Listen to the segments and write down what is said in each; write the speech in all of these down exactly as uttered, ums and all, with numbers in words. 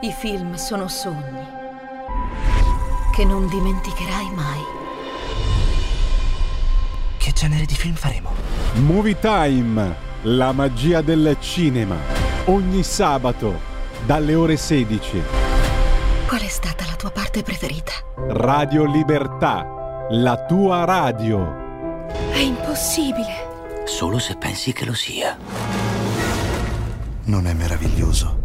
I film sono sogni che non dimenticherai mai. Che genere di film faremo? Movie Time, la magia del cinema. Ogni sabato, dalle ore sedici. Qual è stata la tua parte preferita? Radio Libertà, la tua radio. È impossibile. Solo se pensi che lo sia. Non è meraviglioso?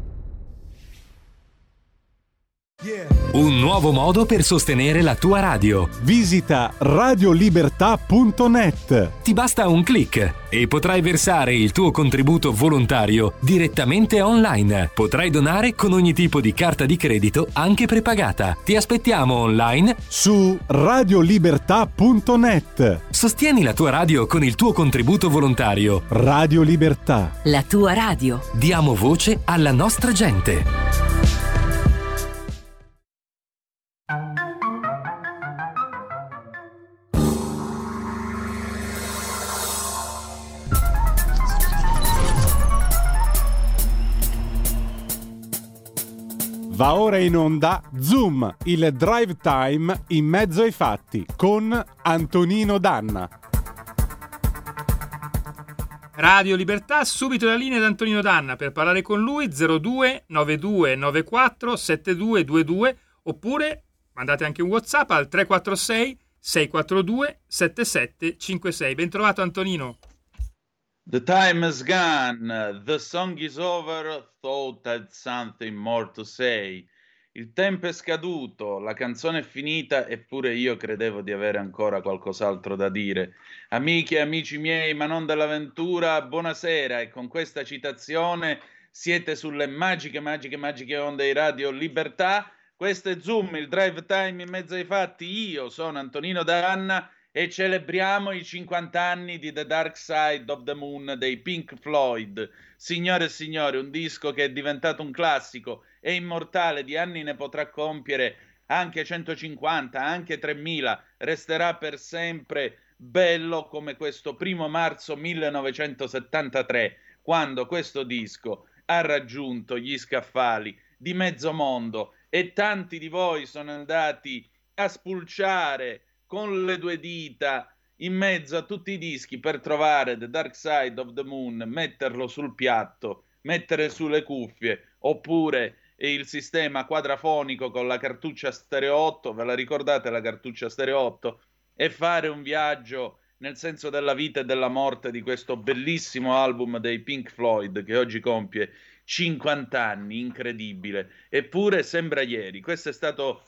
Un nuovo modo per sostenere la tua radio. Visita radiolibertà punto net. Ti basta un click e potrai versare il tuo contributo volontario direttamente online. Potrai donare con ogni tipo di carta di credito, anche prepagata. Ti aspettiamo online su radiolibertà punto net. Sostieni la tua radio con il tuo contributo volontario. Radio Libertà. La tua radio. Diamo voce alla nostra gente. Va ora in onda Zoom, il drive time in mezzo ai fatti con Antonino Danna. Radio Libertà, subito la linea di Antonino Danna per parlare con lui zero due nove due nove quattro sette due due due oppure mandate anche un WhatsApp al tre quattro sei sei quattro due sette sette cinque sei. Ben trovato Antonino. The time is gone, the song is over, thought I'd something more to say. Il tempo è scaduto, la canzone è finita, eppure io credevo di avere ancora qualcos'altro da dire. Amiche e amici miei, ma non dell'avventura, buonasera, e con questa citazione siete sulle magiche, magiche, magiche onde di Radio Libertà. Questo è Zoom, il drive time in mezzo ai fatti. Io sono Antonino Danna e celebriamo i cinquanta anni di The Dark Side of the Moon dei Pink Floyd. Signore e signori, un disco che è diventato un classico e immortale, di anni ne potrà compiere anche centocinquanta, anche tremila, resterà per sempre bello come questo primo marzo millenovecentosettantatré, quando questo disco ha raggiunto gli scaffali di mezzo mondo e tanti di voi sono andati a spulciare con le due dita in mezzo a tutti i dischi per trovare The Dark Side of the Moon, metterlo sul piatto, mettere sulle cuffie, oppure il sistema quadrafonico con la cartuccia stereo otto, ve la ricordate la cartuccia stereo otto? E fare un viaggio nel senso della vita e della morte di questo bellissimo album dei Pink Floyd che oggi compie cinquanta anni, incredibile. Eppure sembra ieri. Questo è stato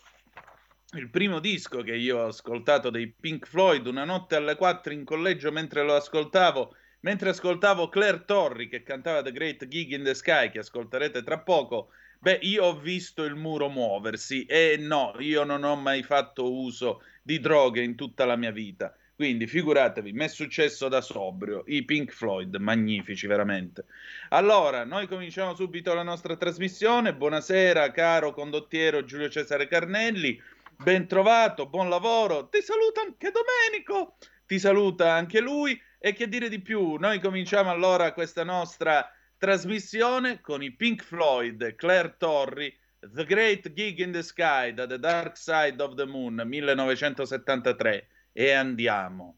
il primo disco che io ho ascoltato dei Pink Floyd, una notte alle quattro in collegio mentre lo ascoltavo, mentre ascoltavo Claire Torrey che cantava The Great Gig in the Sky, che ascolterete tra poco. Beh, io ho visto il muro muoversi e no, io non ho mai fatto uso di droghe in tutta la mia vita. Quindi figuratevi, mi è successo da sobrio, i Pink Floyd, magnifici veramente. Allora, noi cominciamo subito la nostra trasmissione. Buonasera caro condottiero Giulio Cesare Carnelli. Ben trovato, buon lavoro, ti saluta anche Domenico, ti saluta anche lui, e che dire di più, noi cominciamo allora questa nostra trasmissione con i Pink Floyd, Claire Torrey, The Great Gig in the Sky, da The Dark Side of the Moon, millenovecentosettantatré, e andiamo.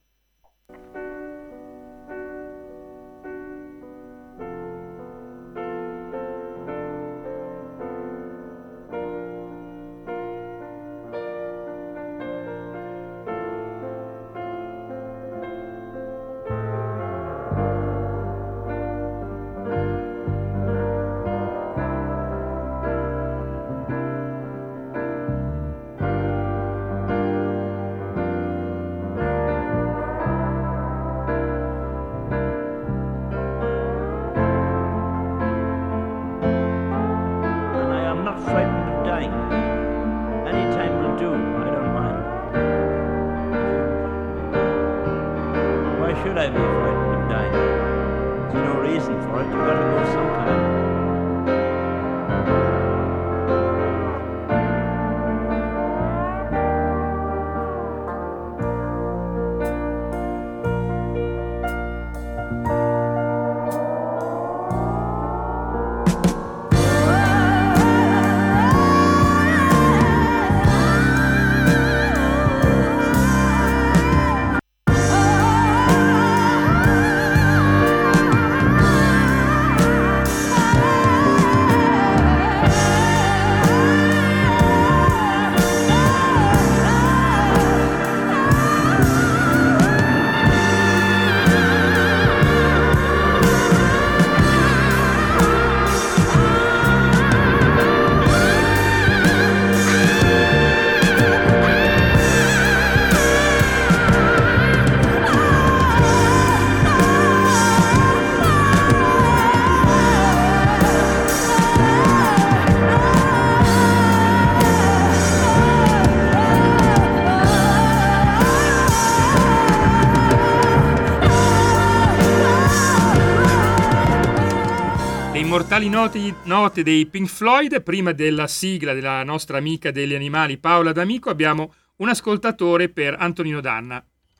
tali note, note dei Pink Floyd, prima della sigla della nostra amica degli animali Paola D'Amico, abbiamo un ascoltatore per Antonino Danna.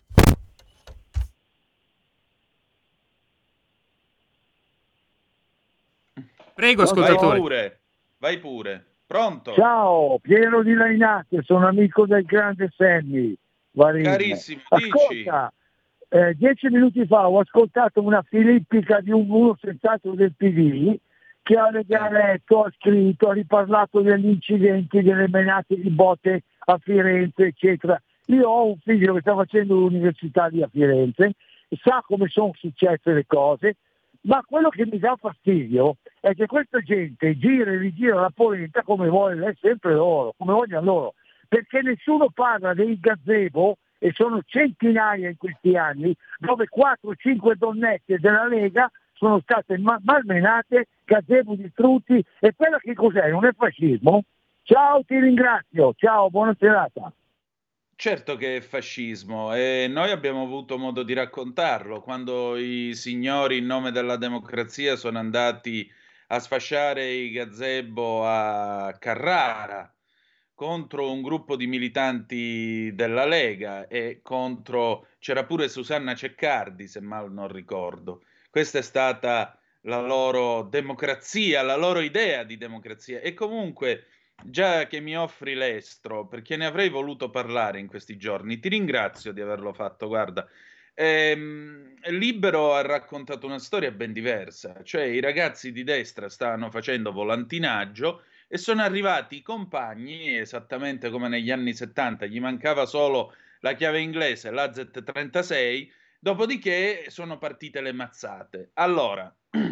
Prego, ascoltatore. Vai pure, vai pure. Pronto? Ciao, Piero di Lainate, sono amico del grande Sammy Varin. Carissimo, ascolta, eh, dieci minuti fa ho ascoltato una filippica di un uno senz'altro del P D che ha letto, ha scritto, ha riparlato degli incidenti, delle menate di botte a Firenze, eccetera. Io ho un figlio che sta facendo l'università lì a Firenze, sa come sono successe le cose, ma quello che mi dà fastidio è che questa gente gira e rigira la polenta come vuole sempre loro, come vogliono loro, perché nessuno parla dei gazebo, e sono centinaia in questi anni, dove quattro cinque donnette della Lega sono state ma- malmenate, gazebo distrutti, e quello che cos'è? Non è fascismo? Ciao, ti ringrazio, ciao, buona serata. Certo che è fascismo, e noi abbiamo avuto modo di raccontarlo quando i signori in nome della democrazia sono andati a sfasciare i gazebo a Carrara contro un gruppo di militanti della Lega e contro, c'era pure Susanna Ceccardi, se mal non ricordo. Questa è stata la loro democrazia, la loro idea di democrazia. E comunque, già che mi offri l'estro, perché ne avrei voluto parlare in questi giorni, ti ringrazio di averlo fatto. Guarda, ehm, Libero ha raccontato una storia ben diversa, cioè i ragazzi di destra stavano facendo volantinaggio e sono arrivati i compagni, esattamente come negli anni settanta, gli mancava solo la chiave inglese, l'A Z trentasei, dopodiché sono partite le mazzate. Allora,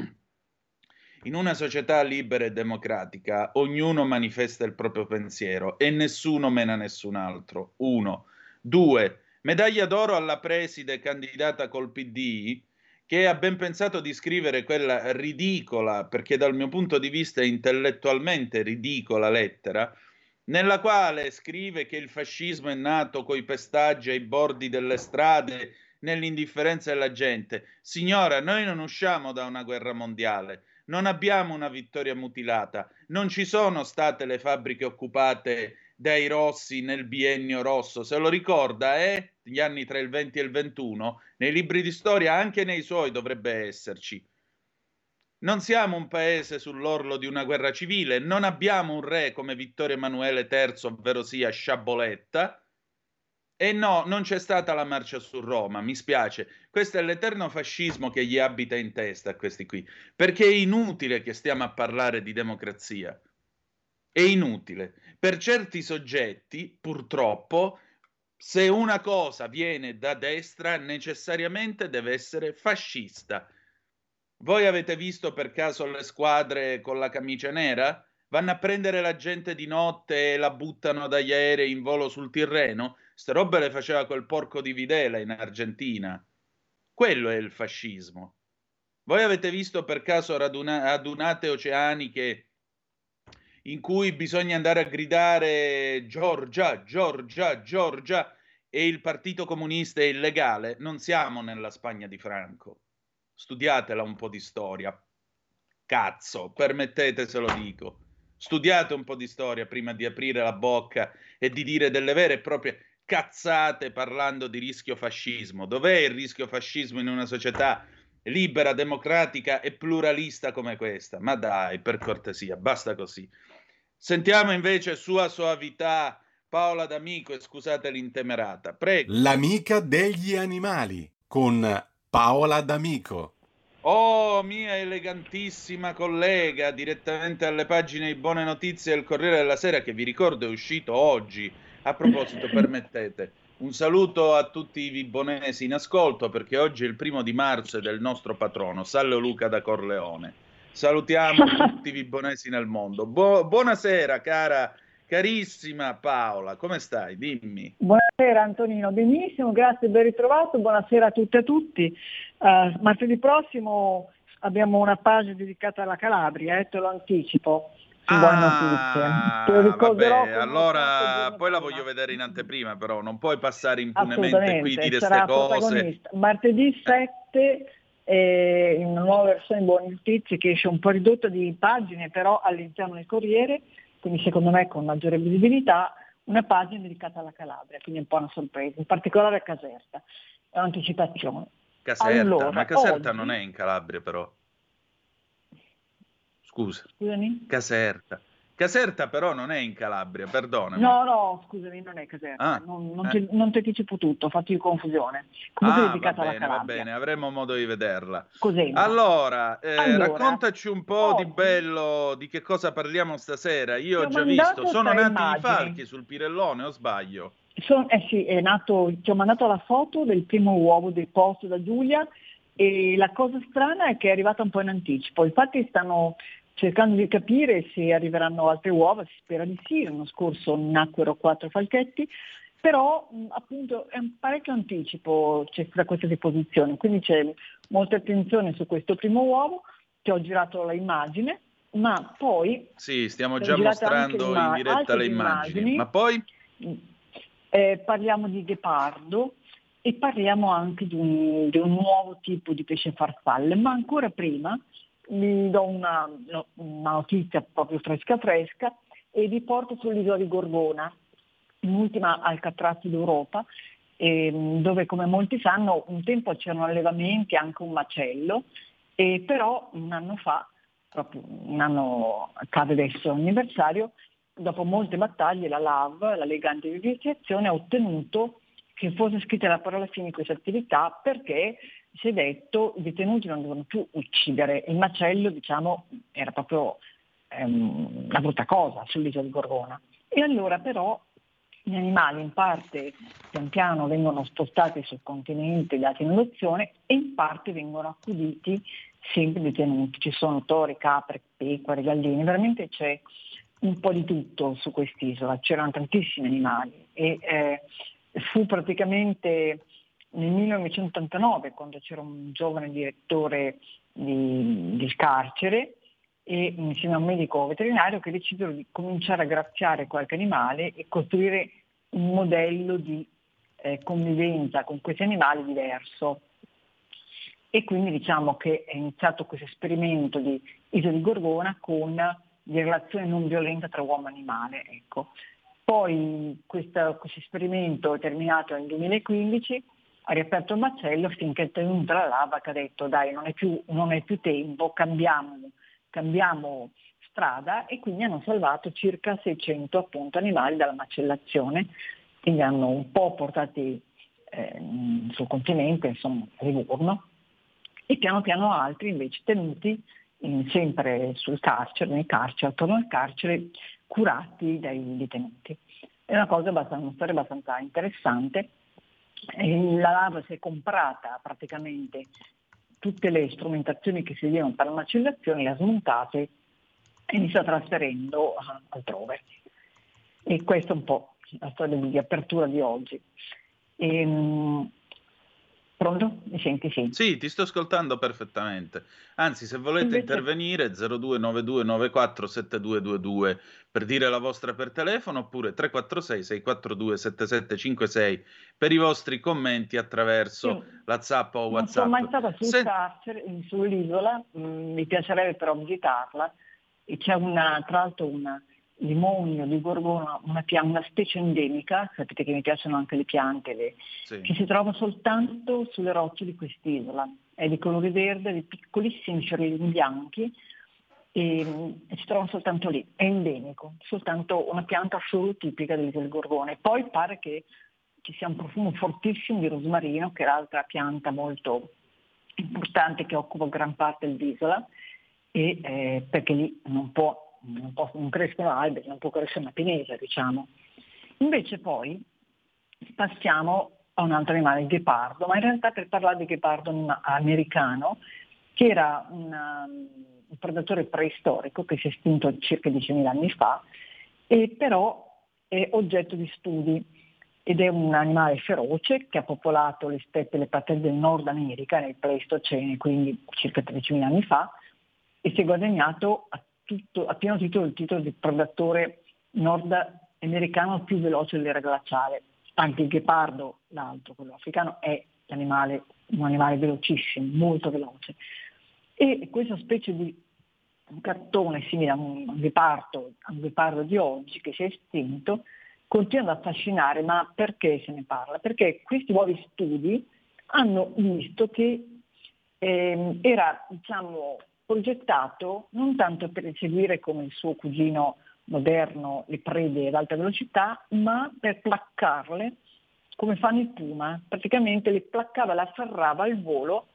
in una società libera e democratica, ognuno manifesta il proprio pensiero e nessuno mena nessun altro. Uno. Due. Medaglia d'oro alla preside candidata col P D, che ha ben pensato di scrivere quella ridicola, perché dal mio punto di vista intellettualmente ridicola lettera, nella quale scrive che il fascismo è nato coi pestaggi ai bordi delle strade, nell'indifferenza della gente. Signora, noi non usciamo da una guerra mondiale, non abbiamo una vittoria mutilata, non ci sono state le fabbriche occupate dai rossi nel biennio rosso, se lo ricorda, eh? Gli anni tra il venti e il ventuno, nei libri di storia, anche nei suoi dovrebbe esserci. Non siamo un paese sull'orlo di una guerra civile, non abbiamo un re come Vittorio Emanuele terzo, ovvero sia Sciaboletta, e no, non c'è stata la marcia su Roma, mi spiace. Questo è l'eterno fascismo che gli abita in testa a questi qui, perché è inutile che stiamo a parlare di democrazia. È inutile. Per certi soggetti, purtroppo, se una cosa viene da destra, necessariamente deve essere fascista. Voi avete visto per caso le squadre con la camicia nera? Vanno a prendere la gente di notte e la buttano dagli aerei in volo sul Tirreno? Ste robe le faceva quel porco di Videla in Argentina. Quello è il fascismo. Voi avete visto per caso raduna- adunate oceaniche in cui bisogna andare a gridare Giorgia, Giorgia, Giorgia, e il Partito Comunista è illegale? Non siamo nella Spagna di Franco. Studiatela un po' di storia. Cazzo, permettete se lo dico. Studiate un po' di storia prima di aprire la bocca e di dire delle vere e proprie cazzate parlando di rischio fascismo. Dov'è il rischio fascismo in una società libera, democratica e pluralista come questa? Ma dai, per cortesia, basta così. Sentiamo invece Sua Soavità Paola D'Amico, e scusate l'intemerata. Prego. L'amica degli animali con Paola D'Amico. Oh, mia elegantissima collega, direttamente alle pagine di Buone Notizie del Corriere della Sera, che vi ricordo è uscito oggi. A proposito, permettete, un saluto a tutti i vibonesi in ascolto, perché oggi è il primo di marzo, è del nostro patrono, San Luca da Corleone. Salutiamo tutti i vibonesi nel mondo. Bu- buonasera, cara, carissima Paola, come stai? Dimmi. Buonasera Antonino, benissimo, grazie, ben ritrovato, buonasera a tutte e a tutti. Uh, martedì prossimo abbiamo una pagina dedicata alla Calabria, eh, te lo anticipo. Su Buone Notizie. Te lo ricorderò. Vabbè, allora poi la voglio vedere in anteprima, però non puoi passare impunemente qui e dire queste cose. Martedì sette eh, in una nuova versione di Buone Notizie che esce un po' ridotta di pagine, però all'interno del Corriere, quindi secondo me con maggiore visibilità, una pagina dedicata alla Calabria, quindi un po' una sorpresa, in particolare a Caserta, è un'anticipazione. Caserta, Allora, ma Caserta oggi... non è in Calabria però. Scusa. Scusami? Caserta. Caserta però non è in Calabria, perdonami. No, no, scusami, non è Caserta, Ah, non, non, eh. ti, non ti anticipo tutto, ho fatto io confusione. Comunque è Ah, va dedicata alla bene, va Calabria. bene, avremo modo di vederla. Cosenza. Allora, eh, Allora, raccontaci un po' oggi di bello, di che cosa parliamo stasera. Io ti ho ho già visto, mandato sono tre nati i immagini. falchi sul Pirellone, o sbaglio? Son- eh sì, è nato, ti ho mandato la foto del primo uovo deposto da Giulia e la cosa strana è che è arrivata un po' in anticipo. Infatti stanno cercando di capire se arriveranno altre uova, si spera di sì. L'anno scorso nacquero quattro falchetti, però mh, appunto è un parecchio anticipo c'è da questa deposizione, quindi c'è molta attenzione su questo primo uovo. Ti ho girato la immagine, ma poi Sì, stiamo ti ho già girato anche mostrando imma- in diretta altre le immagini. immagini. Ma poi? Eh, parliamo di ghepardo e parliamo anche di un, di un nuovo tipo di pesce farfalle, ma ancora prima vi do una, no, una notizia proprio fresca fresca e vi porto sull'isola di Gorgona, l'ultima Alcatraz d'Europa, ehm, dove come molti sanno un tempo c'erano allevamenti, anche un macello, e però un anno fa, proprio un anno accade adesso anniversario, dopo molte battaglie la L A V, la Lega Antivivisezione, ha ottenuto che fosse scritta la parola fine di questa attività perché si è detto i detenuti non devono più uccidere. Il macello, diciamo, era proprio ehm, una brutta cosa sull'isola di Gorgona. E allora però gli animali in parte pian piano vengono spostati sul continente, dati in adozione, e in parte vengono accuditi sempre detenuti. Ci sono tori, capre, pecore, galline, veramente c'è un po' di tutto su quest'isola, c'erano tantissimi animali e eh, fu praticamente nel millenovecentottantanove quando c'era un giovane direttore di, del carcere e insieme a un medico veterinario che decisero di cominciare a graffiare qualche animale e costruire un modello di eh, convivenza con questi animali diverso. E quindi diciamo che è iniziato questo esperimento di Isola di Gorgona con di relazione non violenta tra uomo e animale. Ecco. Poi questo esperimento è terminato nel duemilaquindici, ha riaperto il macello finché è tenuta la lava che ha detto dai non è più, non è più tempo, cambiamo, cambiamo strada, e quindi hanno salvato circa seicento appunto animali dalla macellazione, quindi hanno un po' portati eh, sul continente, insomma a Livorno, e piano piano altri invece tenuti in, sempre sul carcere, nei carceri, attorno al carcere, curati dai detenuti. È una cosa abbastanza, una storia abbastanza interessante. E la lava si è comprata praticamente tutte le strumentazioni che si usavano per la macellazione, le ha smontate e li sta trasferendo uh, altrove. E questa è un po' la storia di apertura di oggi. E, um, pronto? Mi senti? Sì. Sì, ti sto ascoltando perfettamente. Anzi, se volete Invece... intervenire, zero due nove due nove quattro sette due due due per dire la vostra per telefono, oppure tre quattro sei sei quattro due sette sette cinque sei per i vostri commenti attraverso Io la Zap o non WhatsApp. sono mai stata sul Se... carcere, sull'isola, mh, mi piacerebbe però visitarla. E c'è una, tra l'altro una limonio di Gorgona, una, pianta, una specie endemica, sapete che mi piacciono anche le piante, le, sì. che si trova soltanto sulle rocce di quest'isola. È di colore verde, di piccolissimi fiorellini bianchi e, e si trova soltanto lì, è endemico, soltanto una pianta solo tipica dell'isola di Gorgona. E poi pare che ci sia un profumo fortissimo di rosmarino, che è l'altra pianta molto importante che occupa gran parte dell'isola, e, eh, perché lì non può Non, può, non crescono alberi, non può crescere una pineta, diciamo. Invece poi passiamo a un altro animale, il ghepardo, ma in realtà per parlare di ghepardo americano, che era una, un predatore preistorico che si è estinto circa diecimila anni fa, e però è oggetto di studi ed è un animale feroce che ha popolato le steppe e le platerie del Nord America nel Pleistocene, quindi circa tredicimila anni fa, e si è guadagnato a Tutto, a pieno titolo il titolo di predatore nordamericano più veloce dell'era glaciale. Anche il ghepardo, l'altro, quello africano, è l'animale un animale velocissimo, molto veloce. E questa specie di gattone simile a un ghepardo, a un ghepardo di oggi che si è estinto, continua ad affascinare. Ma perché se ne parla? Perché questi nuovi studi hanno visto che eh, era, diciamo, progettato non tanto per inseguire come il suo cugino moderno le prede ad alta velocità, ma per placcarle come fanno i puma. Praticamente le placcava, la afferrava al volo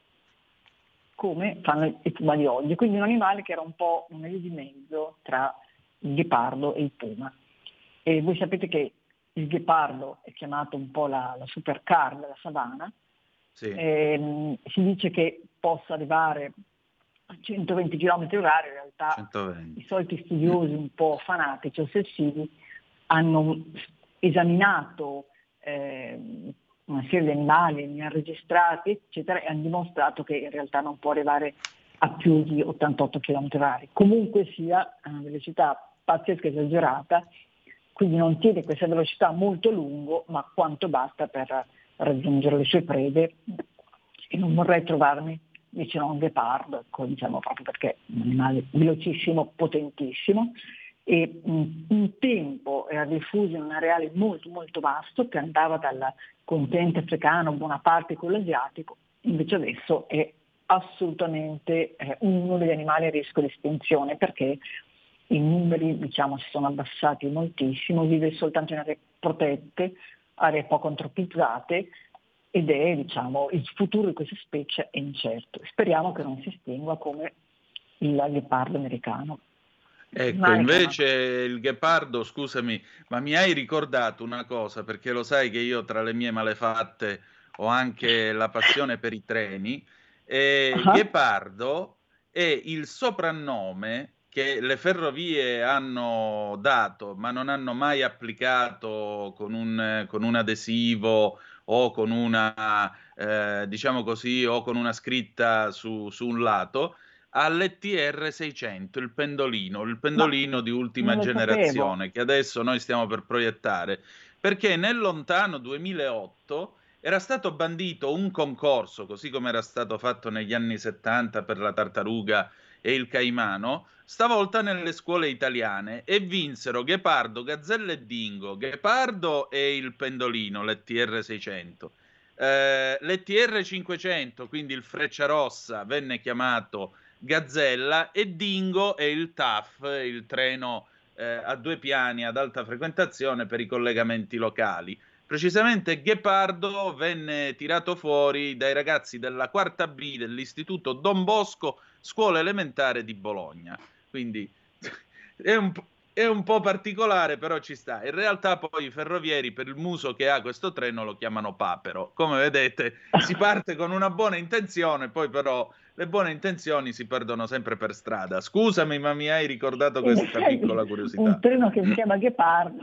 come fanno i puma di oggi. Quindi un animale che era un po' una via di mezzo tra il ghepardo e il puma. E voi sapete che il ghepardo è chiamato un po' la, la supercar della savana. Sì. E, si dice che possa arrivare a centoventi chilometri orari, in realtà centoventi. I soliti studiosi un po' fanatici, ossessivi, hanno esaminato eh, una serie di animali, ne hanno registrati, eccetera, e hanno dimostrato che in realtà non può arrivare a più di ottantotto chilometri orari. Comunque sia, a una velocità pazzesca, esagerata, quindi non tiene questa velocità molto lungo, ma quanto basta per raggiungere le sue prede. E non vorrei trovarmi vicino a un ghepardo, ecco, diciamo, proprio perché è un animale velocissimo, potentissimo, e mh, un tempo era diffuso in un areale molto molto vasto che andava dal continente africano, buona parte quello asiatico. Invece adesso è assolutamente eh, uno degli animali a rischio di estinzione, perché i numeri, diciamo, si sono abbassati moltissimo, vive soltanto in aree protette, aree poco antropizzate, ed è, diciamo, il futuro di questa specie è incerto. Speriamo che non si estingua come il ghepardo americano. Ecco, invece il ghepardo, scusami, ma mi hai ricordato una cosa, perché lo sai che io tra le mie malefatte ho anche la passione per i treni, e Uh-huh. ghepardo è il soprannome che le ferrovie hanno dato, ma non hanno mai applicato con un, con un adesivo o con una, eh, diciamo così, o con una scritta su, su un lato, all'E T R seicento, il pendolino, il pendolino Ma di ultima non lo generazione, sapevo. che adesso noi stiamo per proiettare, perché nel lontano duemilaotto era stato bandito un concorso, così come era stato fatto negli anni settanta per la tartaruga e il caimano, stavolta nelle scuole italiane, e vinsero ghepardo, gazzella e dingo, ghepardo e il pendolino, l'E T R seicento. Eh, L'E T R cinquecento, quindi il Frecciarossa, venne chiamato gazzella, e dingo è il T A F, il treno eh, a due piani ad alta frequentazione per i collegamenti locali. Precisamente ghepardo venne tirato fuori dai ragazzi della quarta B dell'Istituto Don Bosco, scuola elementare di Bologna. Quindi è un, è un po' particolare, però ci sta. In realtà poi i ferrovieri, per il muso che ha questo treno, lo chiamano papero. Come vedete, si parte con una buona intenzione, poi però le buone intenzioni si perdono sempre per strada. Scusami, ma mi hai ricordato questa piccola curiosità. Un treno che si chiama ghepardo.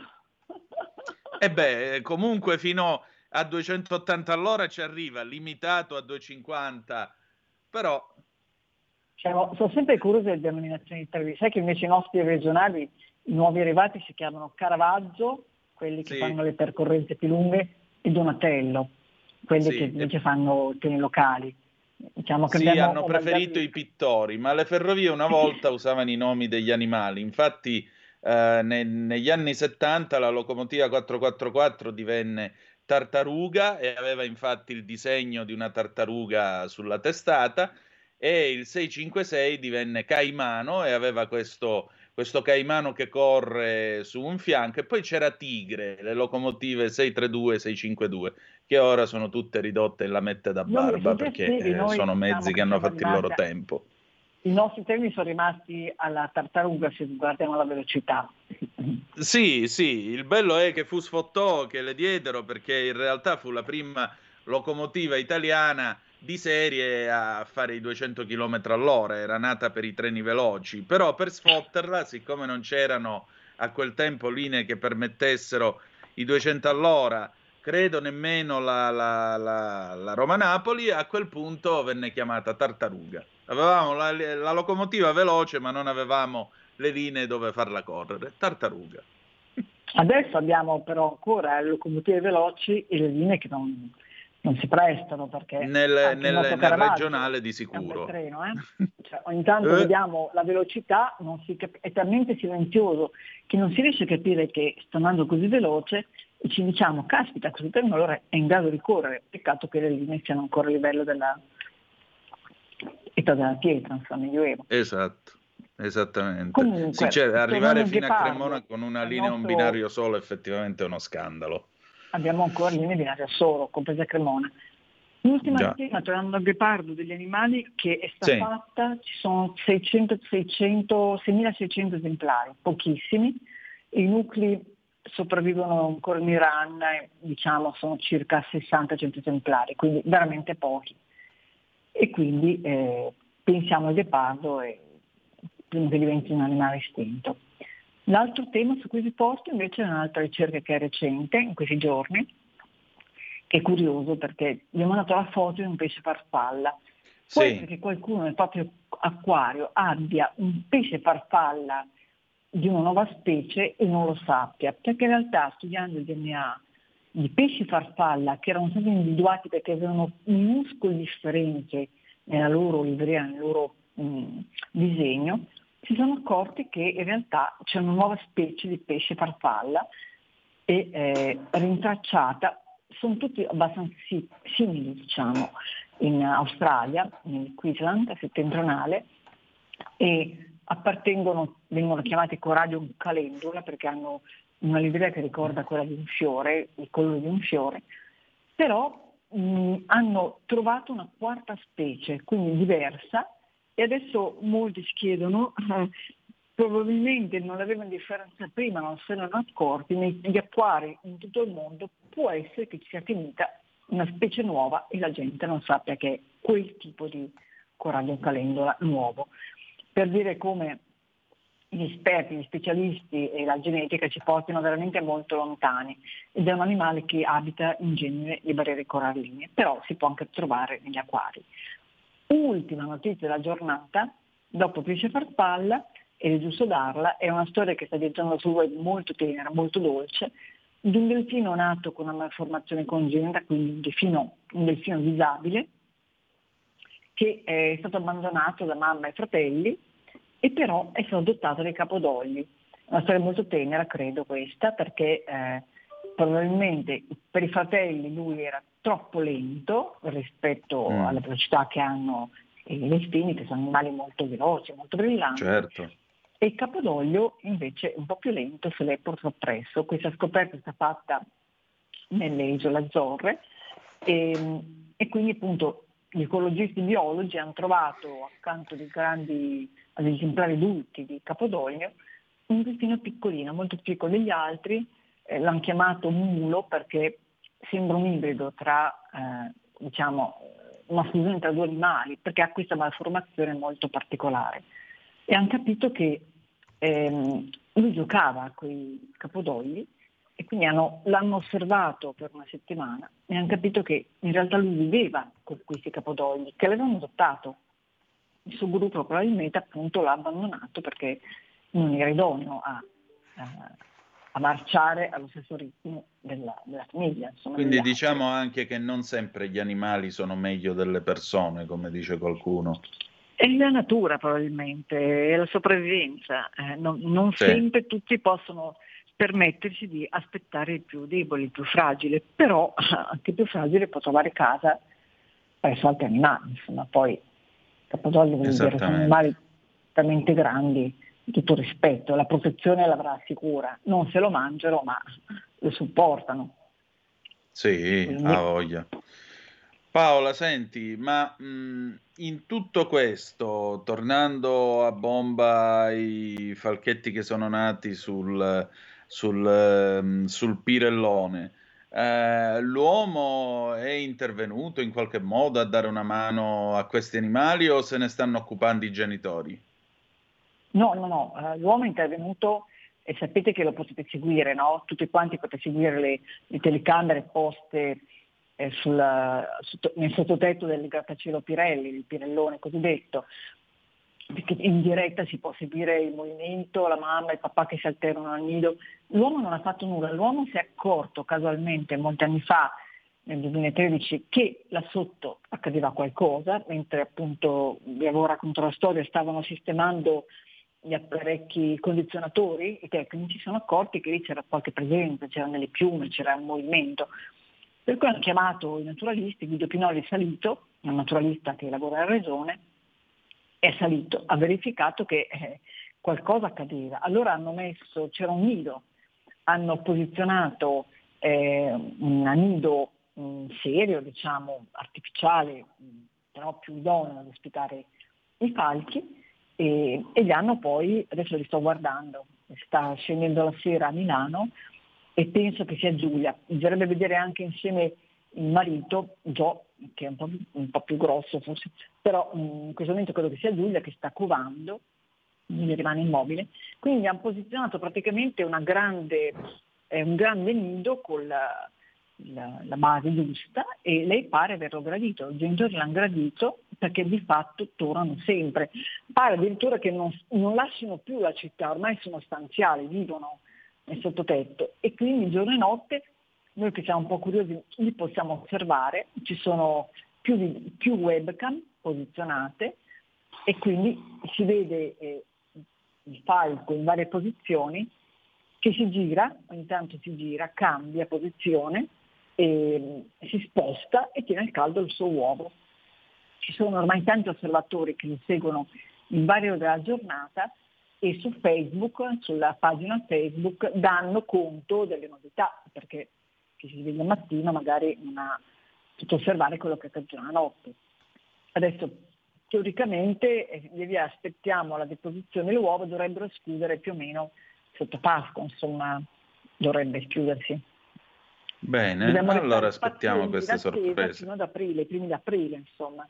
E beh, comunque fino a duecentottanta all'ora ci arriva, limitato a duecentocinquanta, però... Cioè, sono sempre curioso delle denominazioni di treni. Sai che invece i nostri regionali, i nuovi arrivati, si chiamano Caravaggio, quelli che Sì. fanno le percorrenze più lunghe, e Donatello, quelli Sì, che e- invece fanno treni locali. Diciamo che Sì, abbiamo hanno preferito omaggiato- i pittori, ma le ferrovie una volta usavano i nomi degli animali. Infatti, eh, ne- negli anni settanta la locomotiva quattrocentoquarantaquattro divenne tartaruga e aveva infatti il disegno di una tartaruga sulla testata, e il seicentocinquantasei divenne caimano e aveva questo, questo caimano che corre su un fianco, e poi c'era Tigre, le locomotive seicentotrentadue, seicentocinquantadue, che ora sono tutte ridotte in lamette da Noi barba successivi, perché eh, noi sono diciamo mezzi che che hanno siamo fatto il loro rimasti a- tempo. I nostri treni sono rimasti alla tartaruga, se guardiamo la velocità. Sì, sì, il bello è che fu Sfottò che le diedero, perché in realtà fu la prima locomotiva italiana di serie a fare i duecento chilometri all'ora, era nata per i treni veloci, però per sfotterla, siccome non c'erano a quel tempo linee che permettessero i duecento all'ora, credo nemmeno la, la, la, la Roma-Napoli, a quel punto venne chiamata Tartaruga. Avevamo la, la locomotiva veloce, ma non avevamo le linee dove farla correre. Tartaruga. Adesso abbiamo però ancora le locomotive veloci e le linee che non, non si prestano, perché nel, nel, nel regionale di sicuro. È un bel treno, eh? Cioè, ogni tanto eh. vediamo la velocità, non si cap- è talmente silenzioso che non si riesce a capire che sta andando così veloce, e ci diciamo, caspita, questo treno allora è in grado di correre, peccato che le linee siano ancora a livello della età della pietra, insomma, medioevo. Esatto. Esattamente. Comunque, sì, cioè, arrivare fino Ghepardo, a Cremona con una linea nostro... un binario solo effettivamente è uno scandalo. Abbiamo ancora linee binarie solo, compresa Cremona. L'ultima Già. stima, tornando al Ghepardo degli animali, che è stata Sì. fatta, ci sono seicento, seicento, seimilaseicento esemplari, pochissimi. I nuclei sopravvivono ancora in Iran, e, diciamo sono circa sessanta cento esemplari, quindi veramente pochi. E quindi eh, pensiamo al Ghepardo e prima che diventi un animale estinto. L'altro tema su cui vi porto invece è un'altra ricerca che è recente, in questi giorni, che è curioso perché vi ho mandato la foto di un pesce farfalla. Può Sì. essere che qualcuno nel proprio acquario abbia un pesce farfalla di una nuova specie e non lo sappia, perché in realtà studiando il D N A di pesci farfalla che erano stati individuati perché avevano minuscoli differenze nella loro livrea, nel loro mh, disegno, si sono accorti che in realtà c'è una nuova specie di pesce farfalla e eh, rintracciata, sono tutti abbastanza si- simili, diciamo, in Australia, nel Queensland settentrionale, e appartengono, vengono chiamati Corallium calendula perché hanno una livrea che ricorda quella di un fiore, il colore di un fiore, però mh, hanno trovato una quarta specie, quindi diversa, e adesso molti si chiedono, eh, probabilmente non avevano differenza prima, non se ne erano accorti, negli acquari in tutto il mondo può essere che ci sia finita una specie nuova e la gente non sappia che è quel tipo di Corallium calendula nuovo. Per dire come gli esperti, gli specialisti e la genetica ci portino veramente molto lontani, ed è un animale che abita in genere le barriere coralline, però si può anche trovare negli acquari. Ultima notizia della giornata, dopo pesce farfalla, ed è giusto darla, è una storia che sta diventando sul web molto tenera, molto dolce, di un delfino nato con una malformazione congenita, quindi un delfino, un delfino disabile, che è stato abbandonato da mamma e fratelli, e però è stato adottato dai capodogli. Una storia molto tenera, credo questa, perché eh, probabilmente per i fratelli lui era troppo lento rispetto Mm. alla velocità che hanno i delfini, che sono animali molto veloci, molto brillanti. Certo. E il capodoglio invece è un po' più lento, se l'è portato appresso. Questa scoperta è stata fatta nelle isole Azzorre e, e quindi appunto gli ecologisti biologi hanno trovato accanto dei grandi agli esemplari adulti di capodoglio un delfino piccolino, molto più piccolo degli altri, eh, l'hanno chiamato mulo perché sembra un ibrido tra eh, diciamo una fusione tra due animali, perché ha questa malformazione molto particolare. E hanno capito che ehm, lui giocava con i capodogli e quindi hanno, l'hanno osservato per una settimana e hanno capito che in realtà lui viveva con questi capodogli, che l'avevano adottato. Il suo gruppo probabilmente appunto l'ha abbandonato perché non era idoneo a, a, a marciare allo stesso ritmo della, della famiglia. Insomma, Quindi degli diciamo altri. anche che non sempre gli animali sono meglio delle persone, come dice qualcuno. È la natura probabilmente, è la sopravvivenza. Eh, non non Sì. sempre tutti possono permettersi di aspettare il più debole, il più fragile, però anche il più fragile può trovare casa presso altri animali. Insomma, poi i capodogli vuol dire sono Esattamente. animali talmente grandi, di tutto rispetto, la protezione l'avrà sicura, non se lo mangiano ma lo supportano. Sì, Quindi- ha voglia. Paola, senti, ma mh, in tutto questo, tornando a bomba ai falchetti che sono nati sul, sul, ehm, sul Pirellone, eh, l'uomo è intervenuto in qualche modo a dare una mano a questi animali o se ne stanno occupando i genitori? No, no, no, eh, l'uomo è intervenuto e sapete che lo potete seguire, no? Tutti quanti potete seguire le, le telecamere poste eh, sul, sotto- nel sottotetto del grattacielo Pirelli, il Pirellone cosiddetto, perché in diretta si può seguire il movimento, la mamma e il papà che si alternano al nido. L'uomo non ha fatto nulla, l'uomo si è accorto casualmente molti anni fa nel duemilatredici che là sotto accadeva qualcosa, mentre appunto, vi avevo raccontato la storia, stavano sistemando gli apparecchi condizionatori, i tecnici si sono accorti che lì c'era qualche presenza, c'erano delle piume, c'era un movimento. Per cui hanno chiamato i naturalisti, Guido Pinoli è salito, un naturalista che lavora alla regione, è salito, ha verificato che eh, qualcosa accadeva. Allora hanno messo, c'era un nido, hanno posizionato eh, un nido mh, serio, diciamo, artificiale, mh, però più idoneo ad ospitare i falchi, e, e li hanno poi, adesso li sto guardando, sta scendendo la sera a Milano e penso che sia Giulia, bisognerebbe vedere anche insieme il marito, Gio, che è un po', un po' più grosso forse, però in questo momento credo che sia Giulia che sta covando, quindi rimane immobile, quindi hanno posizionato praticamente una grande, eh, un grande nido con la, la, la base giusta e lei pare averlo gradito, i genitori l'hanno gradito perché di fatto tornano sempre, pare addirittura che non, non lasciano più la città, ormai sono stanziali, vivono nel sottotetto e quindi giorno e notte noi che siamo un po' curiosi li possiamo osservare, ci sono più, più webcam posizionate e quindi si vede eh, il falco in varie posizioni che si gira, ogni tanto si gira, cambia posizione, e si sposta e tiene al caldo il suo uovo. Ci sono ormai tanti osservatori che lo seguono in varie ore della giornata e su Facebook, sulla pagina Facebook, danno conto delle novità, perché chi si sveglia mattina magari non ha potuto osservare quello che accade la notte. Adesso teoricamente eh, aspettiamo la deposizione dell'uovo, dovrebbero schiudere più o meno sotto Pasqua, insomma dovrebbe chiudersi. Bene, Dobbiamo allora aspettiamo queste sorprese. Fino ad aprile, i primi d'aprile, insomma.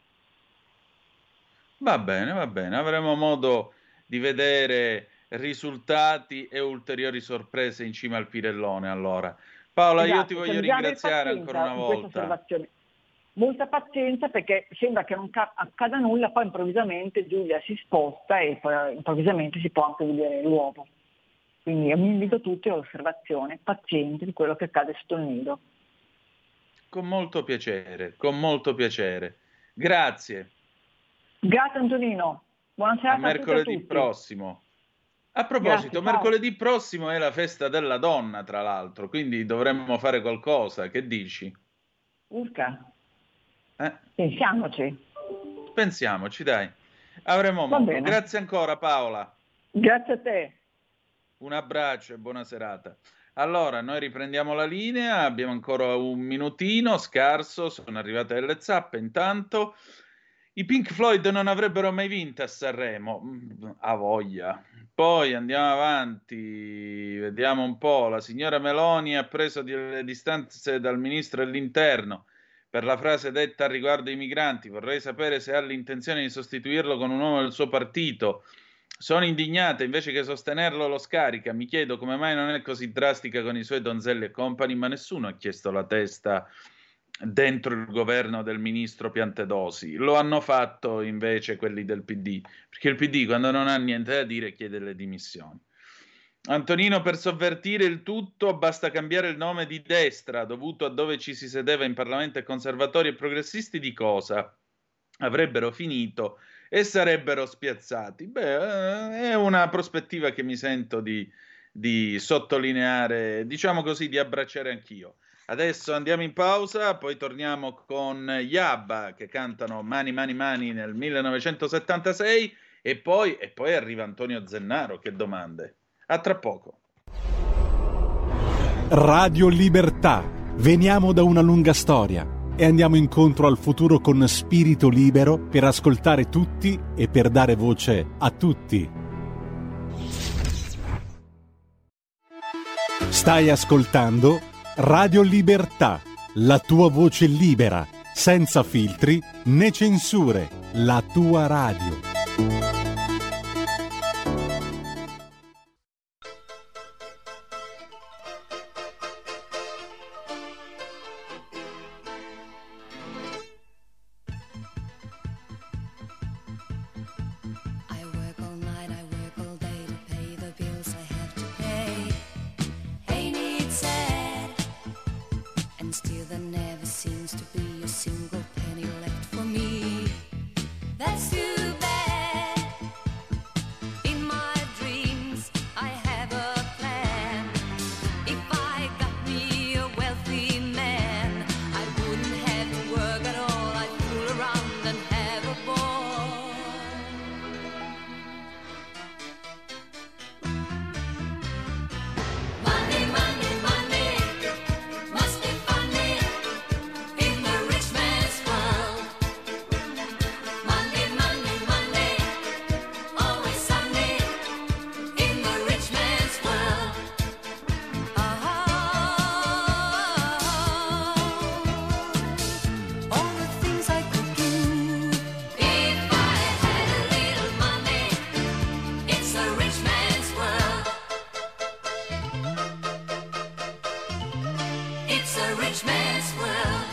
Va bene, va bene, avremo modo di vedere risultati e ulteriori sorprese in cima al Pirellone allora. Paola, esatto, io ti voglio ringraziare ancora una volta. Molta pazienza perché sembra che non ca- accada nulla, poi improvvisamente Giulia si sposta e poi improvvisamente si può anche vedere l'uovo. Quindi io mi invito tutti all'osservazione paziente di quello che accade sotto il nido. Con molto piacere, con molto piacere. Grazie. Grazie Antonino. Buonasera a, a mercoledì tutti. prossimo. A proposito, Grazie, mercoledì prossimo è la festa della donna, tra l'altro, quindi dovremmo fare qualcosa. Che dici? Urca. Eh? Pensiamoci. Pensiamoci, dai. Avremo Va modo. bene. Grazie ancora, Paola. Grazie a te. Un abbraccio e buona serata. Allora, noi riprendiamo la linea, abbiamo ancora un minutino scarso, sono arrivate delle zappe intanto. I Pink Floyd non avrebbero mai vinto a Sanremo, a voglia. Poi andiamo avanti, vediamo un po'. La signora Meloni ha preso delle distanze dal ministro dell'Interno per la frase detta riguardo i migranti. Vorrei sapere se ha l'intenzione di sostituirlo con un uomo del suo partito. Sono indignata, invece che sostenerlo lo scarica. Mi chiedo come mai non è così drastica con i suoi Donzelli e compagni, ma nessuno ha chiesto la testa dentro il governo del ministro Piantedosi. Lo hanno fatto invece quelli del P D, perché il P D quando non ha niente da dire chiede le dimissioni. Antonino, per sovvertire il tutto basta cambiare il nome di destra, dovuto a dove ci si sedeva in Parlamento, e conservatori e progressisti di cosa avrebbero finito e sarebbero spiazzati. Beh, è una prospettiva che mi sento di, di sottolineare, diciamo così, di abbracciare anch'io. Adesso andiamo in pausa, poi torniamo con gli ABBA che cantano Mani Mani Mani nel millenovecentosettantasei e poi, e poi arriva Antonio Zennaro. Che domande. A tra poco. Radio Libertà. Veniamo da una lunga storia e andiamo incontro al futuro con spirito libero per ascoltare tutti e per dare voce a tutti. Stai ascoltando Radio Libertà, la tua voce libera, senza filtri né censure, la tua radio. Still there never seems It's a rich man's world.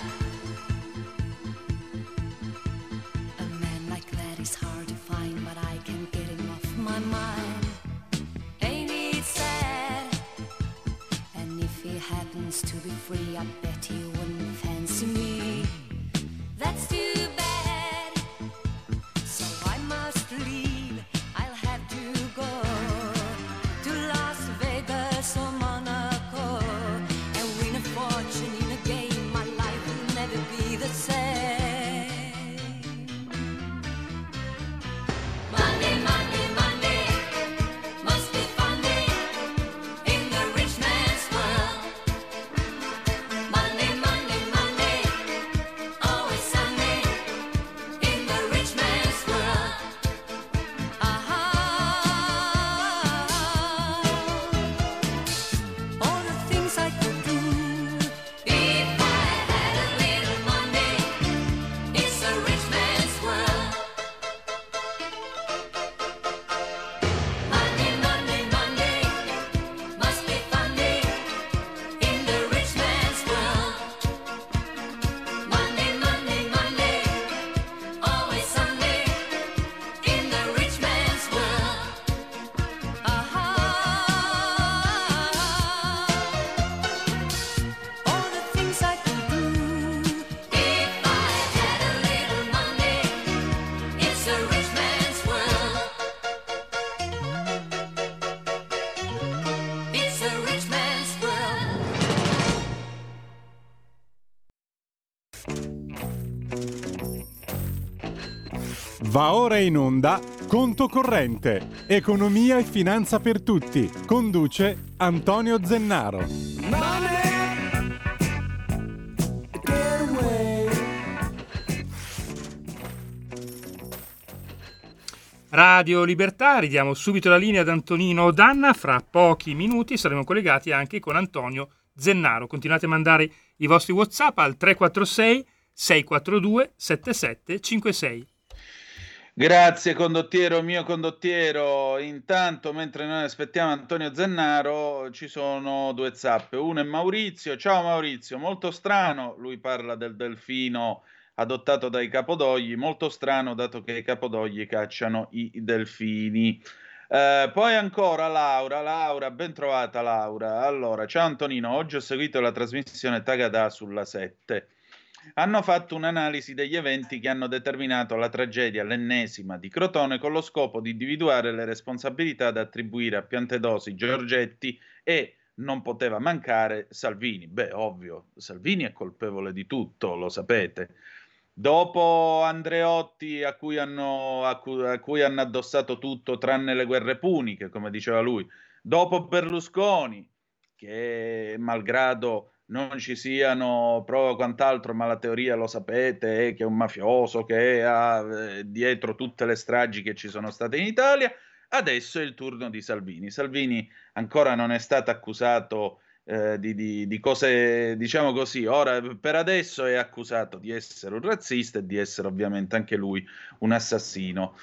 A man like that is hard to find, but I can't get him off my mind. Ain't it sad? And if he happens to be free, I bet he wouldn't fancy me. That's too bad. So I must leave. I'll have to go to Las Vegas or Monaco and win a fortune in a game. My life will never be the same. Monday, Monday, Monday must be funny in the rich man's world. Monday, Monday, Monday, always Sunday in the rich man's world. Aha. All the things I could do if I had a little money. It's a rich man's world. Monday, Monday, Monday must be funny in the rich man's world. Monday, Monday, Monday, always Sunday in the rich man's world. Aha. All the things I could do if I had a little money. It's a rich man's world. It's a rich man's world. Va ora in onda Conto Corrente, economia e finanza per tutti. Conduce Antonio Zennaro. Radio Libertà, ridiamo subito la linea ad Antonino Danna. Fra pochi minuti saremo collegati anche con Antonio Zennaro. Continuate a mandare i vostri WhatsApp al tre quattro sei sei quattro due sette sette cinque sei. Grazie condottiero, mio condottiero. Intanto, mentre noi aspettiamo Antonio Zennaro, ci sono due zappe. Uno è Maurizio. Ciao Maurizio, molto strano, lui parla del delfino adottato dai capodogli, molto strano dato che i capodogli cacciano i delfini. Eh, poi ancora Laura, Laura, ben trovata Laura. Allora, ciao Antonino, oggi ho seguito la trasmissione Tagadà sulla sette. Hanno fatto un'analisi degli eventi che hanno determinato la tragedia, l'ennesima, di Crotone, con lo scopo di individuare le responsabilità da attribuire a Piantedosi, Giorgetti e, non poteva mancare, Salvini. Beh, ovvio, Salvini è colpevole di tutto, lo sapete. Dopo Andreotti, a cui hanno, a cui, a cui hanno addossato tutto tranne le guerre puniche, come diceva lui. Dopo Berlusconi, che malgrado non ci siano prove o quant'altro, ma la teoria lo sapete, è che è un mafioso che ha eh, dietro tutte le stragi che ci sono state in Italia. Adesso è il turno di Salvini. Salvini ancora non è stato accusato eh, di, di, di cose, diciamo così, ora per adesso è accusato di essere un razzista e di essere ovviamente anche lui un assassino.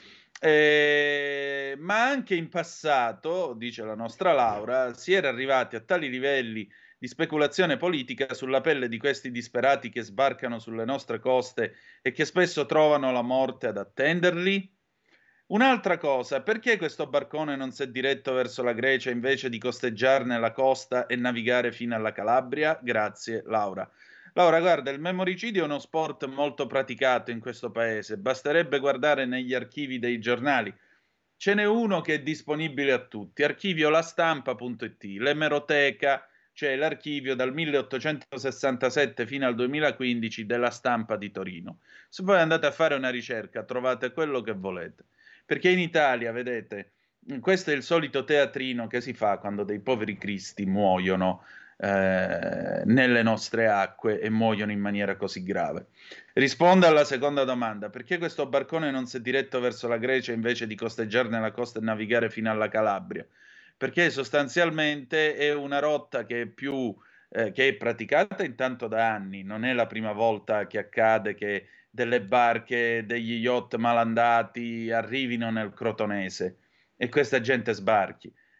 Eh, ma anche in passato, dice la nostra Laura, si era arrivati a tali livelli di speculazione politica sulla pelle di questi disperati che sbarcano sulle nostre coste e che spesso trovano la morte ad attenderli? Un'altra cosa, perché questo barcone non si è diretto verso la Grecia invece di costeggiarne la costa e navigare fino alla Calabria? Grazie, Laura. Laura, guarda, il memoricidio è uno sport molto praticato in questo paese, basterebbe guardare negli archivi dei giornali. Ce n'è uno che è disponibile a tutti, archivio lastampa punto it, l'emeroteca, cioè l'archivio dal milleottocentosessantasette fino al duemilaquindici della Stampa di Torino. Se poi andate a fare una ricerca trovate quello che volete, perché in Italia, vedete, questo è il solito teatrino che si fa quando dei poveri cristi muoiono eh, nelle nostre acque e muoiono in maniera così grave. Risponda alla seconda domanda: perché questo barcone non si è diretto verso la Grecia invece di costeggiarne la costa e navigare fino alla Calabria? Perché sostanzialmente è una rotta che è più eh, che è praticata intanto da anni, non è la prima volta che accade che delle barche, degli yacht malandati arrivino nel Crotonese e questa gente sbarchi.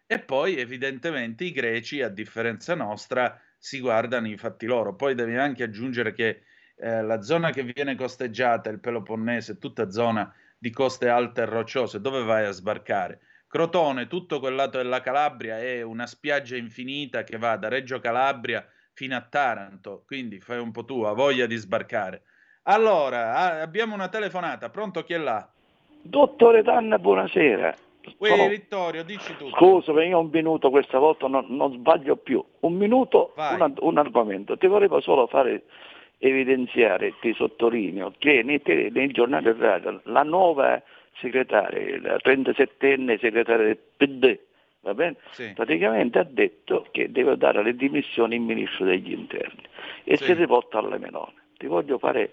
E poi evidentemente i greci, a differenza nostra, si guardano i fatti loro. Poi devi anche aggiungere che eh, la zona che viene costeggiata, il Peloponnese, è tutta zona di coste alte e rocciose. Dove vai a sbarcare? Crotone, tutto quel lato della Calabria, è una spiaggia infinita che va da Reggio Calabria fino a Taranto, quindi fai un po' tu, ha voglia di sbarcare. Allora, ah, abbiamo una telefonata, pronto, chi è là? Dottore Danna, buonasera. Uè, Sono- Vittorio, dici tutto. Scusa, perché io ho un minuto questa volta, non, non sbaglio più. Un minuto, Vai. un, un argomento. Ti volevo solo fare evidenziare, ti sottolineo, che nei, te- nei giornali radio la nuova segretaria, la trentasettenne segretaria del P D, va bene? Sì. Praticamente ha detto che deve dare le dimissioni il ministro degli interni e Sì. si è rivolta alle Meloni. Ti voglio fare,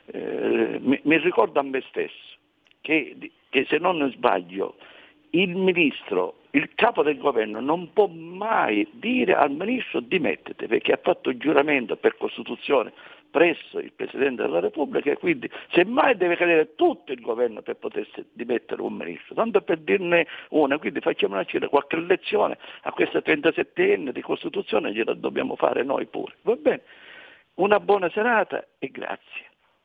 eh, mi, mi ricordo a me stesso che, che se non sbaglio il ministro, il capo del governo non può mai dire al ministro dimettete, perché ha fatto un giuramento per Costituzione presso il Presidente della Repubblica e quindi semmai deve cadere tutto il governo per potersi dimettere un ministro, tanto per dirne una, quindi facciamo nascere qualche lezione a questa trentasettenne di Costituzione, gliela dobbiamo fare noi pure, va bene? Una buona serata e grazie.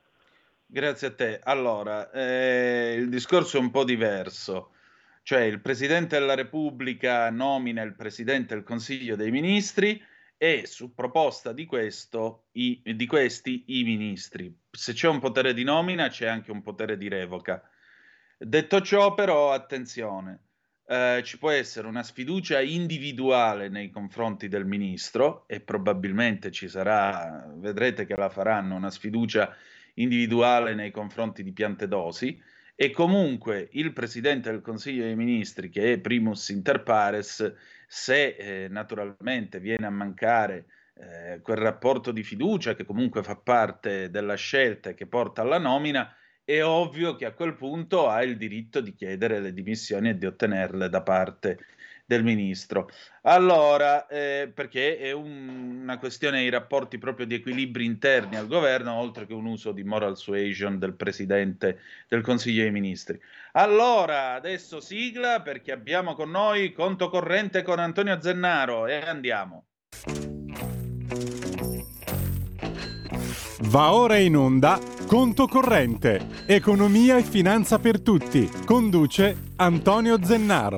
Grazie a te. Allora, eh, il discorso è un po' diverso. Cioè, il Presidente della Repubblica nomina il Presidente del Consiglio dei Ministri e su proposta di questo, i- di questi, i ministri. Se c'è un potere di nomina, c'è anche un potere di revoca. Detto ciò, però, attenzione, eh, ci può essere una sfiducia individuale nei confronti del ministro e probabilmente ci sarà, vedrete che la faranno, una sfiducia individuale nei confronti di Piantedosi e comunque il Presidente del Consiglio dei Ministri, che è primus inter pares, se eh, naturalmente viene a mancare eh, quel rapporto di fiducia che comunque fa parte della scelta e che porta alla nomina, è ovvio che a quel punto ha il diritto di chiedere le dimissioni e di ottenerle da parte del ministro. Allora, eh, perché è un- una questione di rapporti proprio di equilibri interni al governo, oltre che un uso di moral suasion del Presidente del Consiglio dei Ministri. Allora, adesso sigla perché abbiamo con noi Conto Corrente con Antonio Zennaro e andiamo. Va ora in onda Conto Corrente, economia e finanza per tutti. Conduce Antonio Zennaro.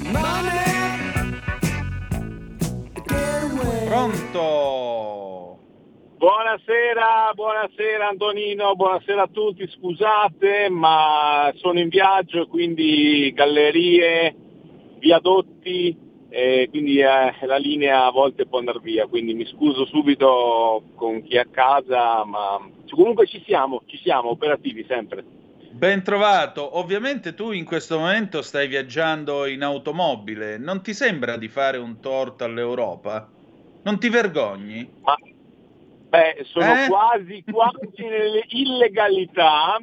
Pronto? Buonasera, buonasera Antonino, buonasera a tutti, scusate ma sono in viaggio e quindi gallerie, viadotti, e quindi eh, la linea a volte può andare via, quindi mi scuso subito con chi è a casa, ma comunque ci siamo, ci siamo, operativi sempre. Ben trovato. Ovviamente tu in questo momento stai viaggiando in automobile. Non ti sembra di fare un torto all'Europa? Non ti vergogni? Ma beh, sono Eh? quasi, quasi nelle illegalità.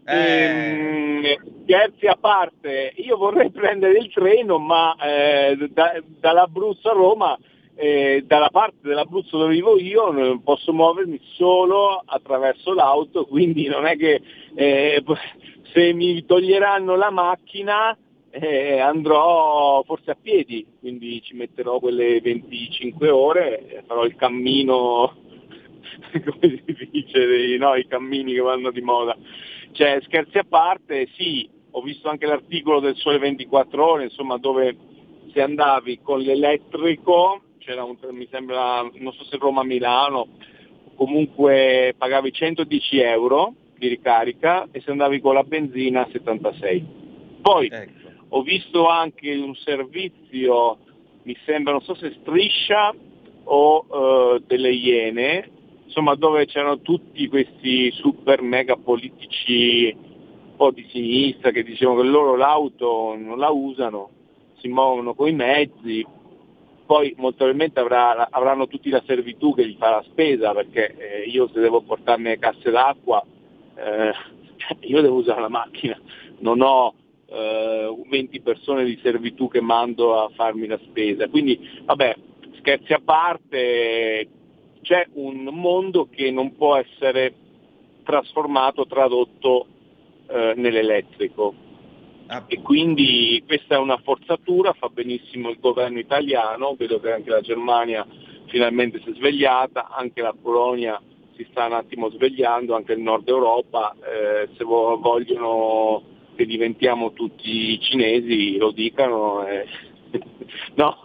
Eh. Ehm, scherzi a parte, io vorrei prendere il treno, ma eh, da- dall'Abruzzo a Roma, eh, dalla parte dell'Abruzzo dove vivo io, non posso muovermi solo attraverso l'auto, quindi non è che eh, se mi toglieranno la macchina eh, andrò forse a piedi, quindi ci metterò quelle venticinque ore, eh, farò il cammino come si dice, dei, no, i cammini che vanno di moda. Cioè, scherzi a parte, sì, ho visto anche l'articolo del Sole ventiquattro Ore, insomma, dove se andavi con l'elettrico, c'era un, mi sembra, non so se Roma-Milano, comunque pagavi centodieci euro di ricarica e se andavi con la benzina settantasei. Poi Ecco. ho visto anche un servizio, mi sembra, non so se Striscia o eh, delle Iene, insomma dove c'erano tutti questi super mega politici un po' di sinistra che dicevano che loro l'auto non la usano, si muovono coi mezzi, poi molto probabilmente avrà, avranno tutti la servitù che gli fa la spesa, perché eh, io se devo portarmi le casse d'acqua eh, io devo usare la macchina, non ho eh, venti persone di servitù che mando a farmi la spesa, quindi vabbè, scherzi a parte, c'è un mondo che non può essere trasformato, tradotto eh, nell'elettrico. Ah. E quindi questa è una forzatura, fa benissimo il governo italiano, vedo che anche la Germania finalmente si è svegliata, anche la Polonia si sta un attimo svegliando, anche il Nord Europa, eh, se vo- vogliono che diventiamo tutti cinesi lo dicano. Eh. No,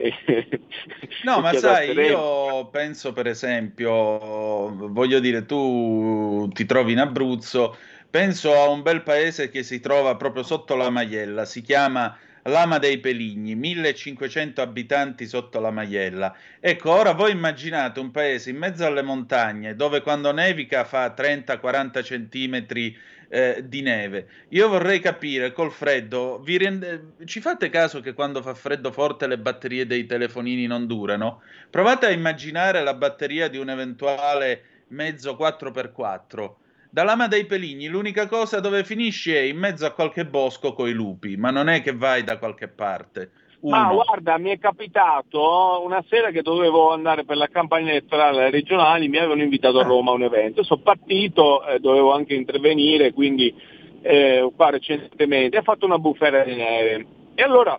no ma sai, io penso per esempio, voglio dire, tu ti trovi in Abruzzo, penso a un bel paese che si trova proprio sotto la Maiella, si chiama Lama dei Peligni, millecinquecento abitanti sotto la Maiella. Ecco, ora voi immaginate un paese in mezzo alle montagne dove quando nevica fa trenta quaranta centimetri eh, di neve. Io vorrei capire col freddo, vi rende... ci fate caso che quando fa freddo forte le batterie dei telefonini non durano? Provate a immaginare la batteria di un eventuale mezzo quattro per quattro. Da Lama dei Peligni l'unica cosa dove finisci è in mezzo a qualche bosco coi lupi, ma non è che vai da qualche parte. Uno. Ma guarda, mi è capitato una sera che dovevo andare per la campagna elettorale alle regionali, mi avevano invitato a Roma a un evento, sono partito, eh, dovevo anche intervenire, quindi eh, qua recentemente, ha fatto una bufera di neve. E allora,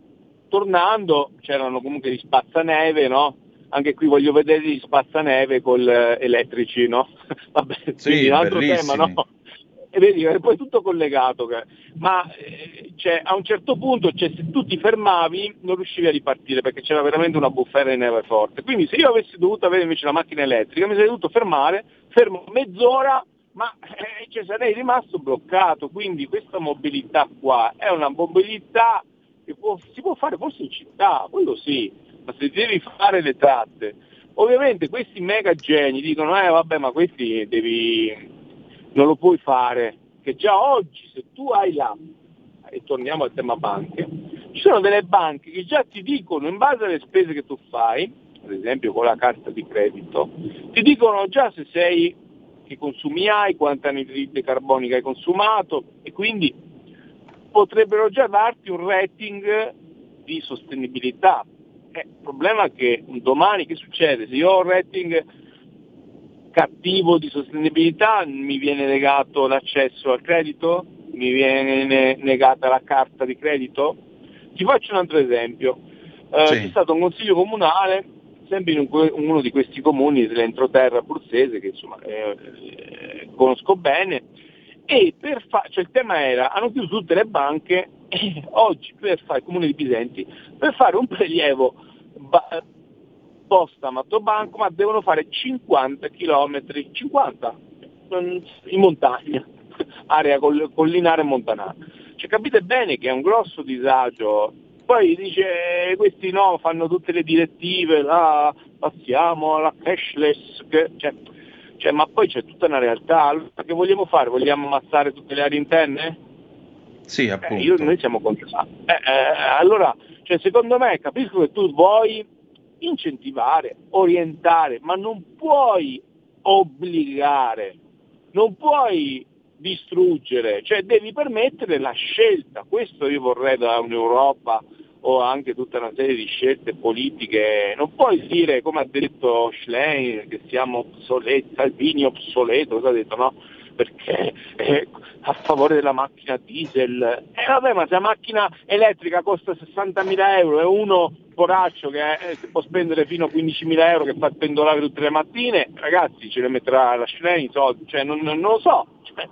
tornando, c'erano comunque gli spazzaneve, no? Anche qui voglio vedere gli spazzaneve col eh, elettrici, no? Vabbè, sì, quindi un altro bellissimi. tema, no? E vedi, è poi tutto collegato, che... ma eh, cioè, a un certo punto, cioè, se tu ti fermavi non riuscivi a ripartire perché c'era veramente una bufera di neve forte. Quindi se io avessi dovuto avere invece la macchina elettrica mi sarei dovuto fermare, fermo mezz'ora, ma eh, cioè, sarei rimasto bloccato. Quindi questa mobilità qua è una mobilità che può, si può fare forse in città, quello sì, ma se devi fare le tratte, ovviamente questi mega geni dicono eh vabbè ma questi devi... non lo puoi fare, che già oggi se tu hai l'app, e torniamo al tema banche, ci sono delle banche che già ti dicono in base alle spese che tu fai, ad esempio con la carta di credito, ti dicono già se sei, che consumi hai, quanta anidride carbonica hai consumato e quindi potrebbero già darti un rating di sostenibilità. Eh, il problema è che un domani che succede? Se io ho un rating cattivo di sostenibilità mi viene negato l'accesso al credito, mi viene negata la carta di credito. Ti faccio un altro esempio, eh, sì. C'è stato un consiglio comunale sempre in un, uno di questi comuni dell'entroterra abruzzese che insomma eh, eh, conosco bene, e per fa- cioè il tema era, hanno chiuso tutte le banche e oggi per fare il comune di Bisenti, per fare un prelievo ba- posta Mattobanco, ma devono fare cinquanta chilometri, cinquanta in montagna, area coll- collinare e montanara. Cioè, capite bene che è un grosso disagio. Poi dice questi no, fanno tutte le direttive, là, passiamo alla cashless, che, cioè, cioè, ma poi c'è tutta una realtà. Allora, che vogliamo fare? Vogliamo ammazzare tutte le aree interne? Sì, appunto. Eh, io, noi siamo contro. Eh, eh, allora, cioè, secondo me, capisco che tu vuoi incentivare, orientare, ma non puoi obbligare, non puoi distruggere, cioè devi permettere la scelta. Questo io vorrei da un'Europa o anche tutta una serie di scelte politiche. Non puoi dire, come ha detto Schlein, che siamo obsoleti, Salvini obsoleto, cosa ha detto, no? Perché è a favore della macchina diesel. E eh, vabbè, ma se la macchina elettrica costa sessantamila euro e uno poraccio che eh, può spendere fino a quindicimila euro che fa pendolare tutte le mattine, ragazzi, ce le metterà la Schlein i soldi, cioè non, non, non lo so. Cioè,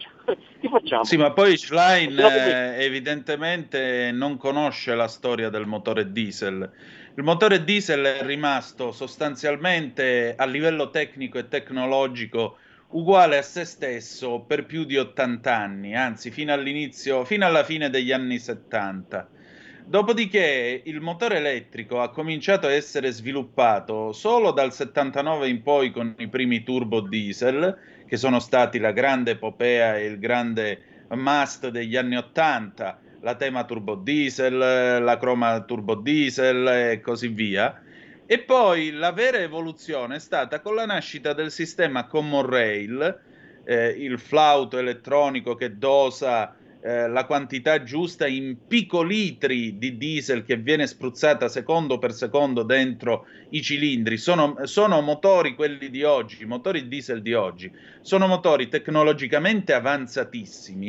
che facciamo? Sì, ma poi Schlein eh, evidentemente non conosce la storia del motore diesel. Il motore diesel è rimasto sostanzialmente a livello tecnico e tecnologico uguale a se stesso per più di ottanta anni, anzi fino all'inizio, fino alla fine degli anni settanta. Dopodiché il motore elettrico ha cominciato a essere sviluppato solo dal settantanove in poi con i primi turbo diesel, che sono stati la grande epopea e il grande must degli anni ottanta, la Tema turbo diesel, la Croma turbo diesel e così via. E poi la vera evoluzione è stata con la nascita del sistema Common Rail, eh, il flauto elettronico che dosa eh, la quantità giusta in piccolitri di diesel che viene spruzzata secondo per secondo dentro i cilindri. Sono, sono motori quelli di oggi, motori diesel di oggi, sono motori tecnologicamente avanzatissimi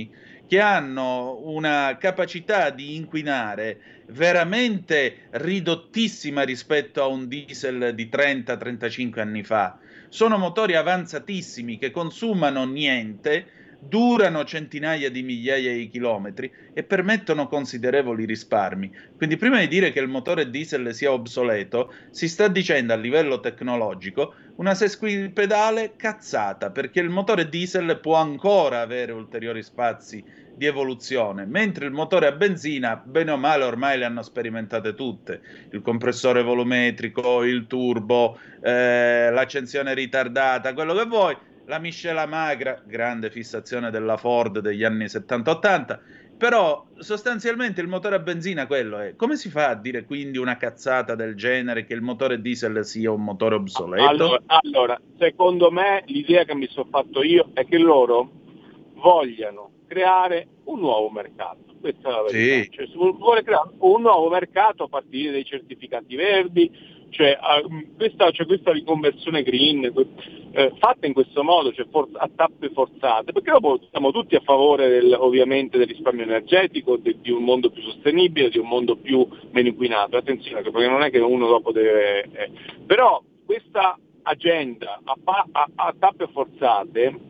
che hanno una capacità di inquinare veramente ridottissima rispetto a un diesel di trenta trentacinque anni fa. Sono motori avanzatissimi che consumano niente, durano centinaia di migliaia di chilometri e permettono considerevoli risparmi. Quindi prima di dire che il motore diesel sia obsoleto, si sta dicendo a livello tecnologico una sesquipedale cazzata, perché il motore diesel può ancora avere ulteriori spazi di evoluzione, mentre il motore a benzina, bene o male, ormai le hanno sperimentate tutte: il compressore volumetrico, il turbo, eh, l'accensione ritardata, quello che vuoi, la miscela magra, grande fissazione della Ford degli anni settanta ottanta, però sostanzialmente il motore a benzina quello è. Come si fa a dire quindi una cazzata del genere, che il motore diesel sia un motore obsoleto? Allora, allora secondo me l'idea che mi sono fatto io è che loro vogliano creare un nuovo mercato. Questa è la verità. Sì. Cioè, si vuole creare un nuovo mercato a partire dai certificati verdi, cioè uh, questa, cioè questa riconversione green eh, fatta in questo modo, cioè for- a tappe forzate, perché dopo siamo tutti a favore del, ovviamente del risparmio energetico, de- di un mondo più sostenibile, di un mondo più meno inquinato. Attenzione, perché non è che uno dopo deve... Eh. Però questa agenda a, pa- a-, a tappe forzate,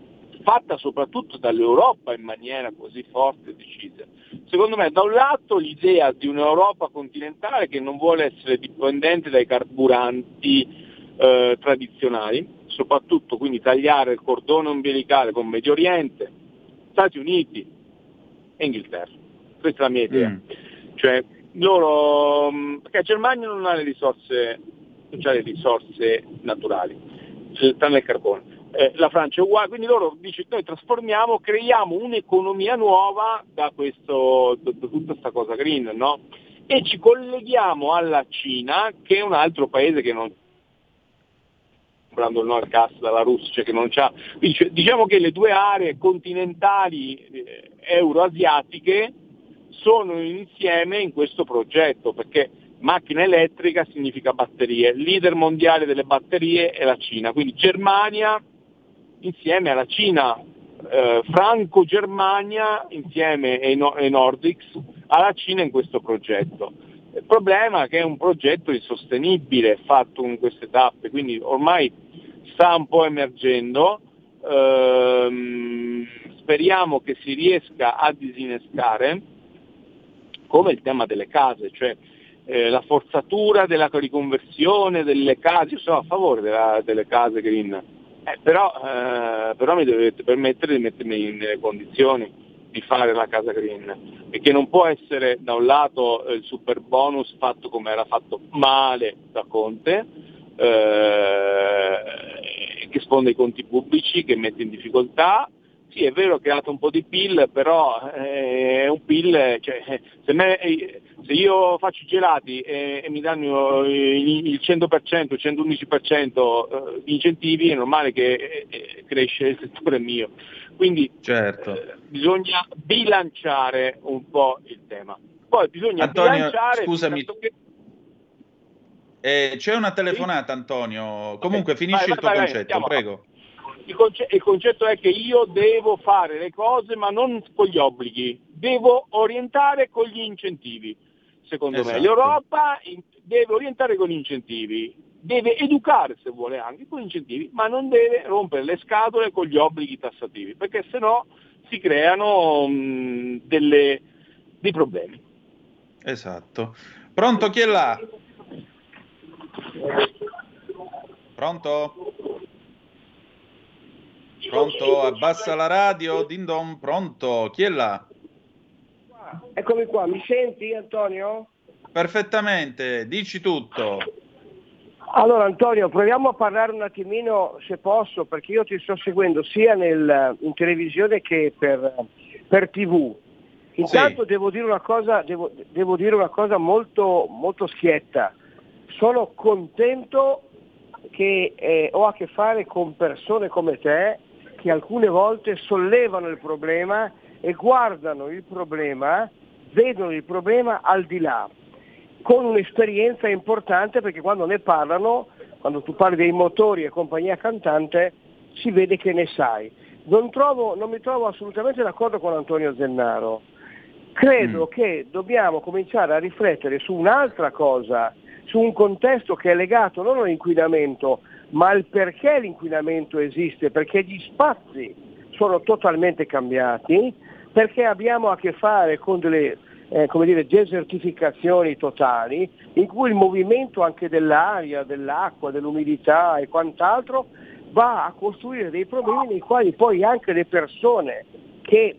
fatta soprattutto dall'Europa in maniera così forte e decisa. Secondo me, da un lato, l'idea di un'Europa continentale che non vuole essere dipendente dai carburanti eh, tradizionali, soprattutto quindi tagliare il cordone ombelicale con Medio Oriente, Stati Uniti e Inghilterra. Questa è la mia idea. Mm. Cioè, loro, perché la Germania non ha le risorse, non ha le risorse naturali, tranne il carbone. Eh, la Francia è uguale, quindi loro dice noi trasformiamo, creiamo un'economia nuova da questo, da, da tutta questa cosa green, no? E ci colleghiamo alla Cina, che è un altro paese che non, comprando il nord gas dalla Russia, cioè che non c'ha, dice, diciamo che le due aree continentali eh, euroasiatiche sono insieme in questo progetto, perché macchina elettrica significa batterie, leader mondiale delle batterie è la Cina, quindi Germania insieme alla Cina, eh, Franco-Germania insieme ai, no- ai Nordics, alla Cina in questo progetto. Il problema è che è un progetto insostenibile fatto in queste tappe, quindi ormai sta un po' emergendo, ehm, speriamo che si riesca a disinnescare, come il tema delle case, cioè eh, la forzatura della riconversione delle case. Io sono a favore della, delle case green. Eh, però, eh, però mi dovete permettere di mettermi nelle condizioni di fare la casa green, e che non può essere da un lato eh, il super bonus fatto come era fatto male da Conte, eh, che sfonda i conti pubblici, che mette in difficoltà. Sì, è vero che ha dato un po' di P I L, però eh, è un P I L, cioè, se, me, se io faccio i gelati e, e mi danno il, il cento per cento, il centoundici per cento di incentivi, è normale che eh, cresce il settore mio. Quindi certo. eh, bisogna bilanciare un po' il tema. Poi bisogna Antonio, bilanciare... scusami, che... eh, c'è una telefonata, sì? Antonio. Comunque okay. finisci vai, il tuo vai, concetto, vai, prego. Il, conce- il concetto è che io devo fare le cose ma non con gli obblighi, devo orientare con gli incentivi, secondo esatto. me. L'Europa in- deve orientare con gli incentivi, deve educare se vuole anche con gli incentivi, ma non deve rompere le scatole con gli obblighi tassativi, perché sennò si creano mh, delle, dei problemi. Esatto. Pronto, chi è là? Pronto? Pronto? Abbassa la radio, din don, pronto? Chi è là? Eccomi qua, mi senti Antonio? Perfettamente, dici tutto. Allora Antonio, proviamo a parlare un attimino, se posso, perché io ti sto seguendo sia nel, in televisione che per, per tivù. Intanto sì. devo dire una cosa, devo, devo dire una cosa molto, molto schietta. Sono contento che eh, ho a che fare con persone come te, che alcune volte sollevano il problema e guardano il problema, vedono il problema al di là, con un'esperienza importante, perché quando ne parlano, quando tu parli dei motori e compagnia cantante, si vede che ne sai. non, trovo, non mi trovo assolutamente d'accordo con Antonio Zennaro. Credo mm. che dobbiamo cominciare a riflettere su un'altra cosa, su un contesto che è legato non all'inquinamento, ma al perché l'inquinamento esiste, perché gli spazi sono totalmente cambiati, perché abbiamo a che fare con delle eh, come dire, desertificazioni totali, in cui il movimento anche dell'aria, dell'acqua, dell'umidità e quant'altro va a costruire dei problemi nei quali poi anche le persone che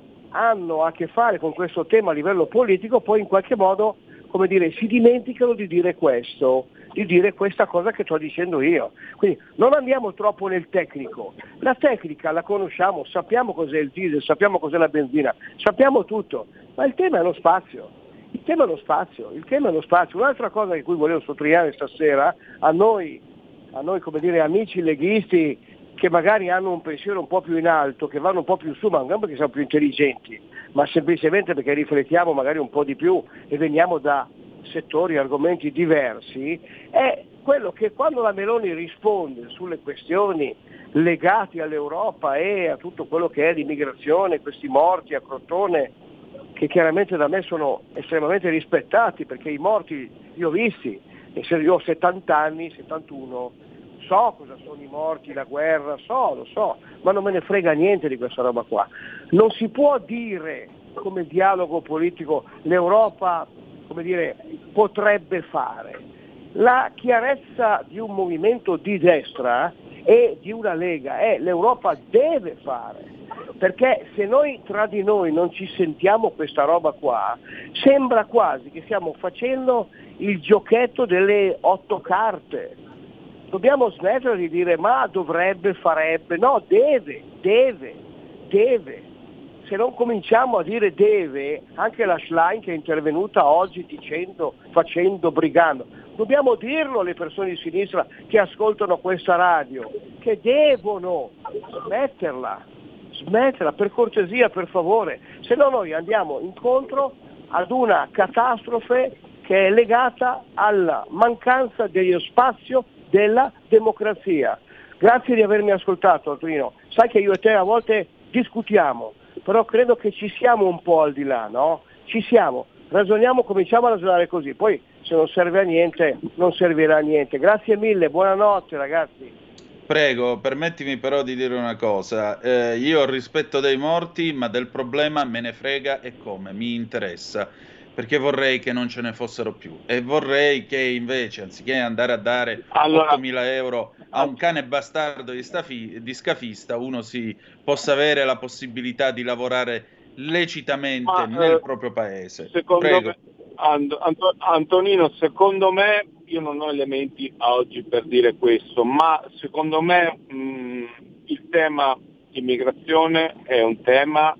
hanno a che fare con questo tema a livello politico poi in qualche modo, come dire, si dimenticano di dire questo, di dire questa cosa che sto dicendo io. Quindi non andiamo troppo nel tecnico. La tecnica la conosciamo, sappiamo cos'è il diesel, sappiamo cos'è la benzina, sappiamo tutto, ma il tema è lo spazio. Il tema è lo spazio, il tema è lo spazio. Un'altra cosa di cui volevo sottolineare stasera, a noi, a noi come dire amici leghisti che magari hanno un pensiero un po' più in alto, che vanno un po' più su, ma non perché siamo più intelligenti, ma semplicemente perché riflettiamo magari un po' di più e veniamo da settori, argomenti diversi, è quello che quando la Meloni risponde sulle questioni legate all'Europa e a tutto quello che è l'immigrazione, questi morti a Crotone, che chiaramente da me sono estremamente rispettati, perché i morti li ho visti, e se io ho settanta anni, settantuno, so cosa sono i morti, la guerra, so, lo so, ma non me ne frega niente di questa roba qua. Non si può dire come dialogo politico l'Europa, come dire, potrebbe fare. La chiarezza di un movimento di destra e di una Lega è l'Europa deve fare, perché se noi tra di noi non ci sentiamo questa roba qua, sembra quasi che stiamo facendo il giochetto delle otto carte. Dobbiamo smettere di dire ma dovrebbe, farebbe, no, deve, deve, deve. Se non cominciamo a dire deve, anche la Schlein che è intervenuta oggi dicendo, facendo, brigando, dobbiamo dirlo alle persone di sinistra che ascoltano questa radio, che devono smetterla, smetterla per cortesia, per favore, se no noi andiamo incontro ad una catastrofe che è legata alla mancanza dello spazio della democrazia. Grazie di avermi ascoltato, Antonino. Sai che io e te a volte discutiamo, però credo che ci siamo un po' al di là, no? Ci siamo, ragioniamo, cominciamo a ragionare così, poi se non serve a niente, non servirà a niente. Grazie mille, buonanotte ragazzi. Prego, permettimi però di dire una cosa, eh, io ho rispetto dei morti, ma del problema me ne frega e come, mi interessa. Perché vorrei che non ce ne fossero più e vorrei che invece, anziché andare a dare allora, ottomila euro a un cane bastardo di, stafi, di scafista, uno si possa avere la possibilità di lavorare lecitamente ma, nel eh, proprio paese. Secondo Prego. me, And, Anto, Antonino, secondo me, io non ho elementi oggi per dire questo, ma secondo me mh, il tema immigrazione è un tema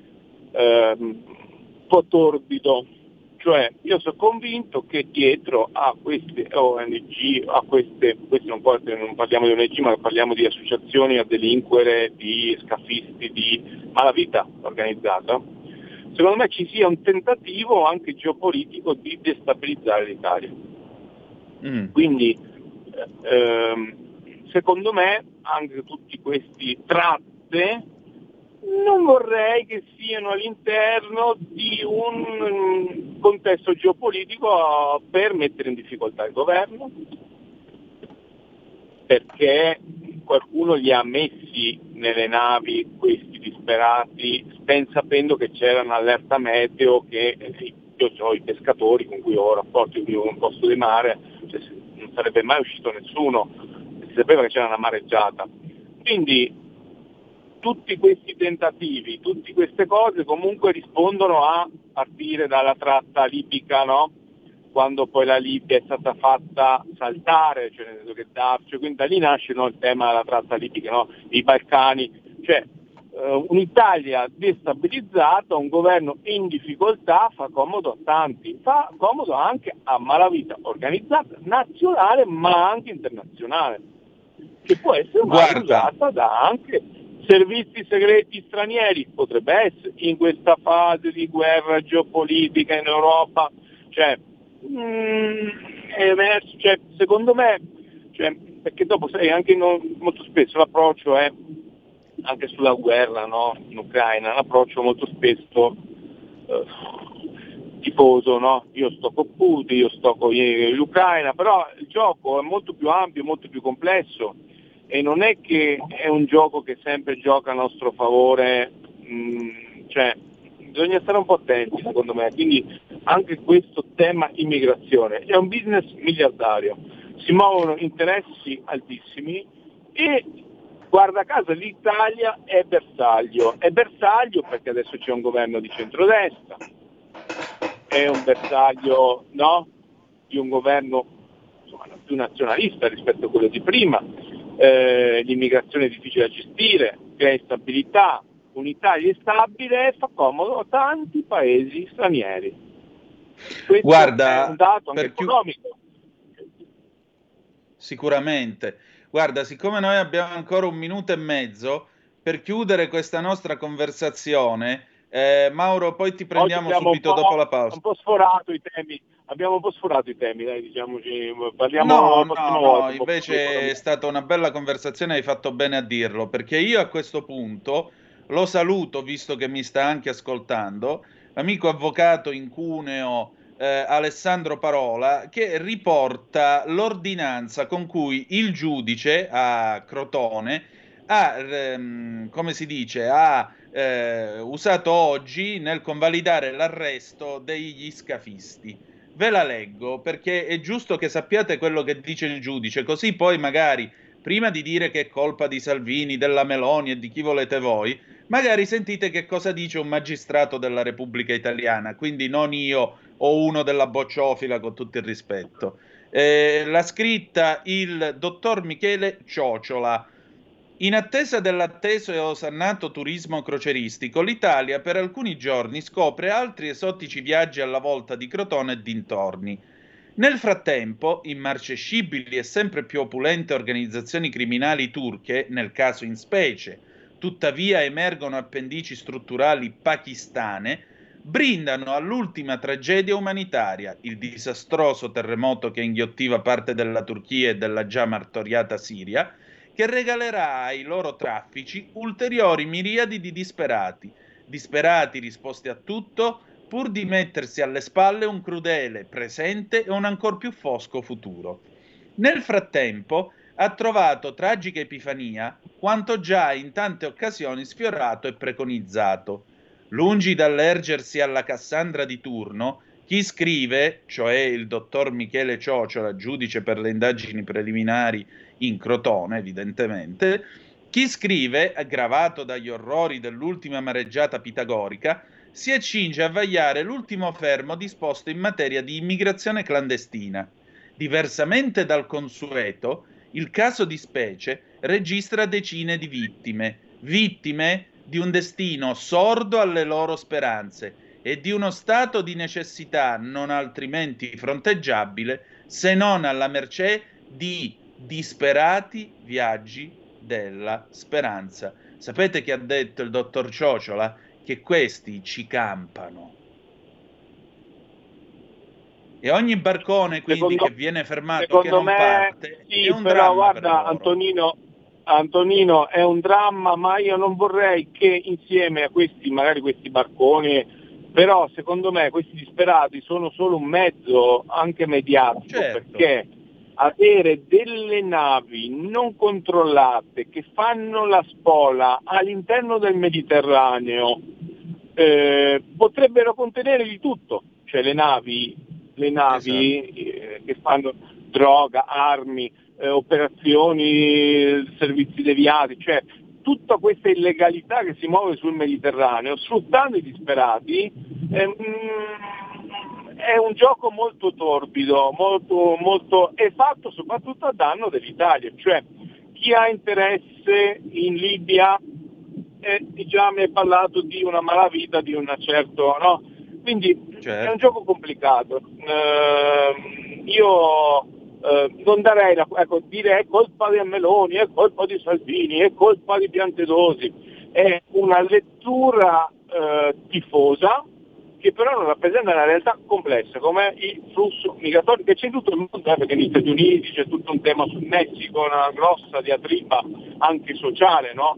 eh, un po' torbido. Cioè, io sono convinto che dietro a queste O N G, a queste, queste non, non parliamo di O N G, ma parliamo di associazioni a delinquere, di scafisti, di malavita organizzata, secondo me ci sia un tentativo anche geopolitico di destabilizzare l'Italia. Mm. Quindi, ehm, secondo me, anche tutti questi tratte non vorrei che siano all'interno di un contesto geopolitico per mettere in difficoltà il governo, perché qualcuno li ha messi nelle navi questi disperati ben sapendo che c'era un'allerta meteo, che io ho i pescatori con cui ho rapporti in un posto di mare, cioè non sarebbe mai uscito nessuno, si sapeva che c'era una mareggiata. Quindi tutti questi tentativi, tutte queste cose comunque rispondono a partire dalla tratta libica, no? Quando poi la Libia è stata fatta saltare, cioè nel senso che da, cioè, quindi da lì nasce, no, il tema della tratta libica, no? I Balcani, cioè uh, un'Italia destabilizzata, un governo in difficoltà fa comodo a tanti, fa comodo anche a malavita organizzata, nazionale ma anche internazionale, che può essere usata da anche servizi segreti stranieri, potrebbe essere in questa fase di guerra geopolitica in Europa, cioè, mm, è emerso, cioè secondo me, cioè, perché dopo sai anche non, molto spesso l'approccio è anche sulla guerra, no? In Ucraina, un approccio molto spesso eh, tifoso, no? Io sto con Putin, io sto con l'Ucraina, però il gioco è molto più ampio, molto più complesso e non è che è un gioco che sempre gioca a nostro favore, mh, cioè bisogna stare un po' attenti secondo me, quindi anche questo tema immigrazione è un business miliardario, si muovono interessi altissimi e guarda caso l'Italia è bersaglio, è bersaglio perché adesso c'è un governo di centrodestra, è un bersaglio, no? Di un governo insomma, più nazionalista rispetto a quello di prima, eh, l'immigrazione è difficile da gestire, crea instabilità, un'Italia stabile e fa comodo a tanti paesi stranieri. Questo Guarda, è un dato anche per chi- economico. Sicuramente. Guarda, siccome noi abbiamo ancora un minuto e mezzo, per chiudere questa nostra conversazione, eh, Mauro, poi ti prendiamo Oggi abbiamo subito un po', dopo la pausa. un po' sforato i temi, abbiamo un po' sforato i temi, dai, diciamoci, parliamo No, la prossima no, volta. no, un po' più invece è economico. stata una bella conversazione, hai fatto bene a dirlo, perché io a questo punto lo saluto, visto che mi sta anche ascoltando, l'amico avvocato in Cuneo, eh, Alessandro Parola, che riporta l'ordinanza con cui il giudice a Crotone ha, ehm, come si dice, ha eh, usato oggi nel convalidare l'arresto degli scafisti. Ve la leggo perché è giusto che sappiate quello che dice il giudice, così poi magari, prima di dire che è colpa di Salvini, della Meloni e di chi volete voi, magari sentite che cosa dice un magistrato della Repubblica Italiana, quindi non io o uno della bocciofila, con tutto il rispetto. Eh, l'ha scritta il dottor Michele Ciociola. In attesa dell'atteso e osannato turismo croceristico, l'Italia per alcuni giorni scopre altri esotici viaggi alla volta di Crotone e dintorni. Nel frattempo, immarcescibili e sempre più opulente organizzazioni criminali turche, nel caso in specie, tuttavia emergono appendici strutturali pakistane, brindano all'ultima tragedia umanitaria, il disastroso terremoto che inghiottiva parte della Turchia e della già martoriata Siria, che regalerà ai loro traffici ulteriori miriadi di disperati, disperati risposti a tutto, pur di mettersi alle spalle un crudele presente e un ancor più fosco futuro. Nel frattempo ha trovato tragica epifania quanto già in tante occasioni sfiorato e preconizzato. Lungi dall'ergersi alla Cassandra di turno, chi scrive, cioè il dottor Michele Ciociola, giudice per le indagini preliminari in Crotone, evidentemente, chi scrive, aggravato dagli orrori dell'ultima mareggiata pitagorica, si accinge a vagliare l'ultimo fermo disposto in materia di immigrazione clandestina. Diversamente dal consueto, il caso di specie registra decine di vittime, vittime di un destino sordo alle loro speranze e di uno stato di necessità non altrimenti fronteggiabile se non alla mercé di disperati viaggi della speranza. Sapete che ha detto il dottor Ciociola? Che questi ci campano. E ogni barcone quindi Secondo- che viene fermato, che Secondo non me parte, sì, è un però dramma guarda per loro. Antonino, Antonino è un dramma, ma io non vorrei che insieme a questi, magari questi barconi, però secondo me questi disperati sono solo un mezzo anche mediatico, Certo. perché avere delle navi non controllate che fanno la spola all'interno del Mediterraneo eh, potrebbero contenere di tutto, cioè le navi, le navi eh, che fanno droga, armi, eh, operazioni, servizi deviati, cioè tutta questa illegalità che si muove sul Mediterraneo sfruttando i disperati. ehm, È un gioco molto torbido, molto, molto, è fatto soprattutto a danno dell'Italia, cioè chi ha interesse in Libia eh, già mi hai parlato di una malavita, di una certo, no? Quindi Certo. è un gioco complicato. Eh, io eh, non darei, la, ecco, dire è colpa di Meloni, è colpa di Salvini, è colpa di Piantedosi, è una lettura eh, tifosa, che però non rappresenta una realtà complessa come il flusso migratorio che c'è in tutto il mondo, eh, perché negli Stati Uniti c'è tutto un tema sul Messico, una grossa diatriba anche sociale, no?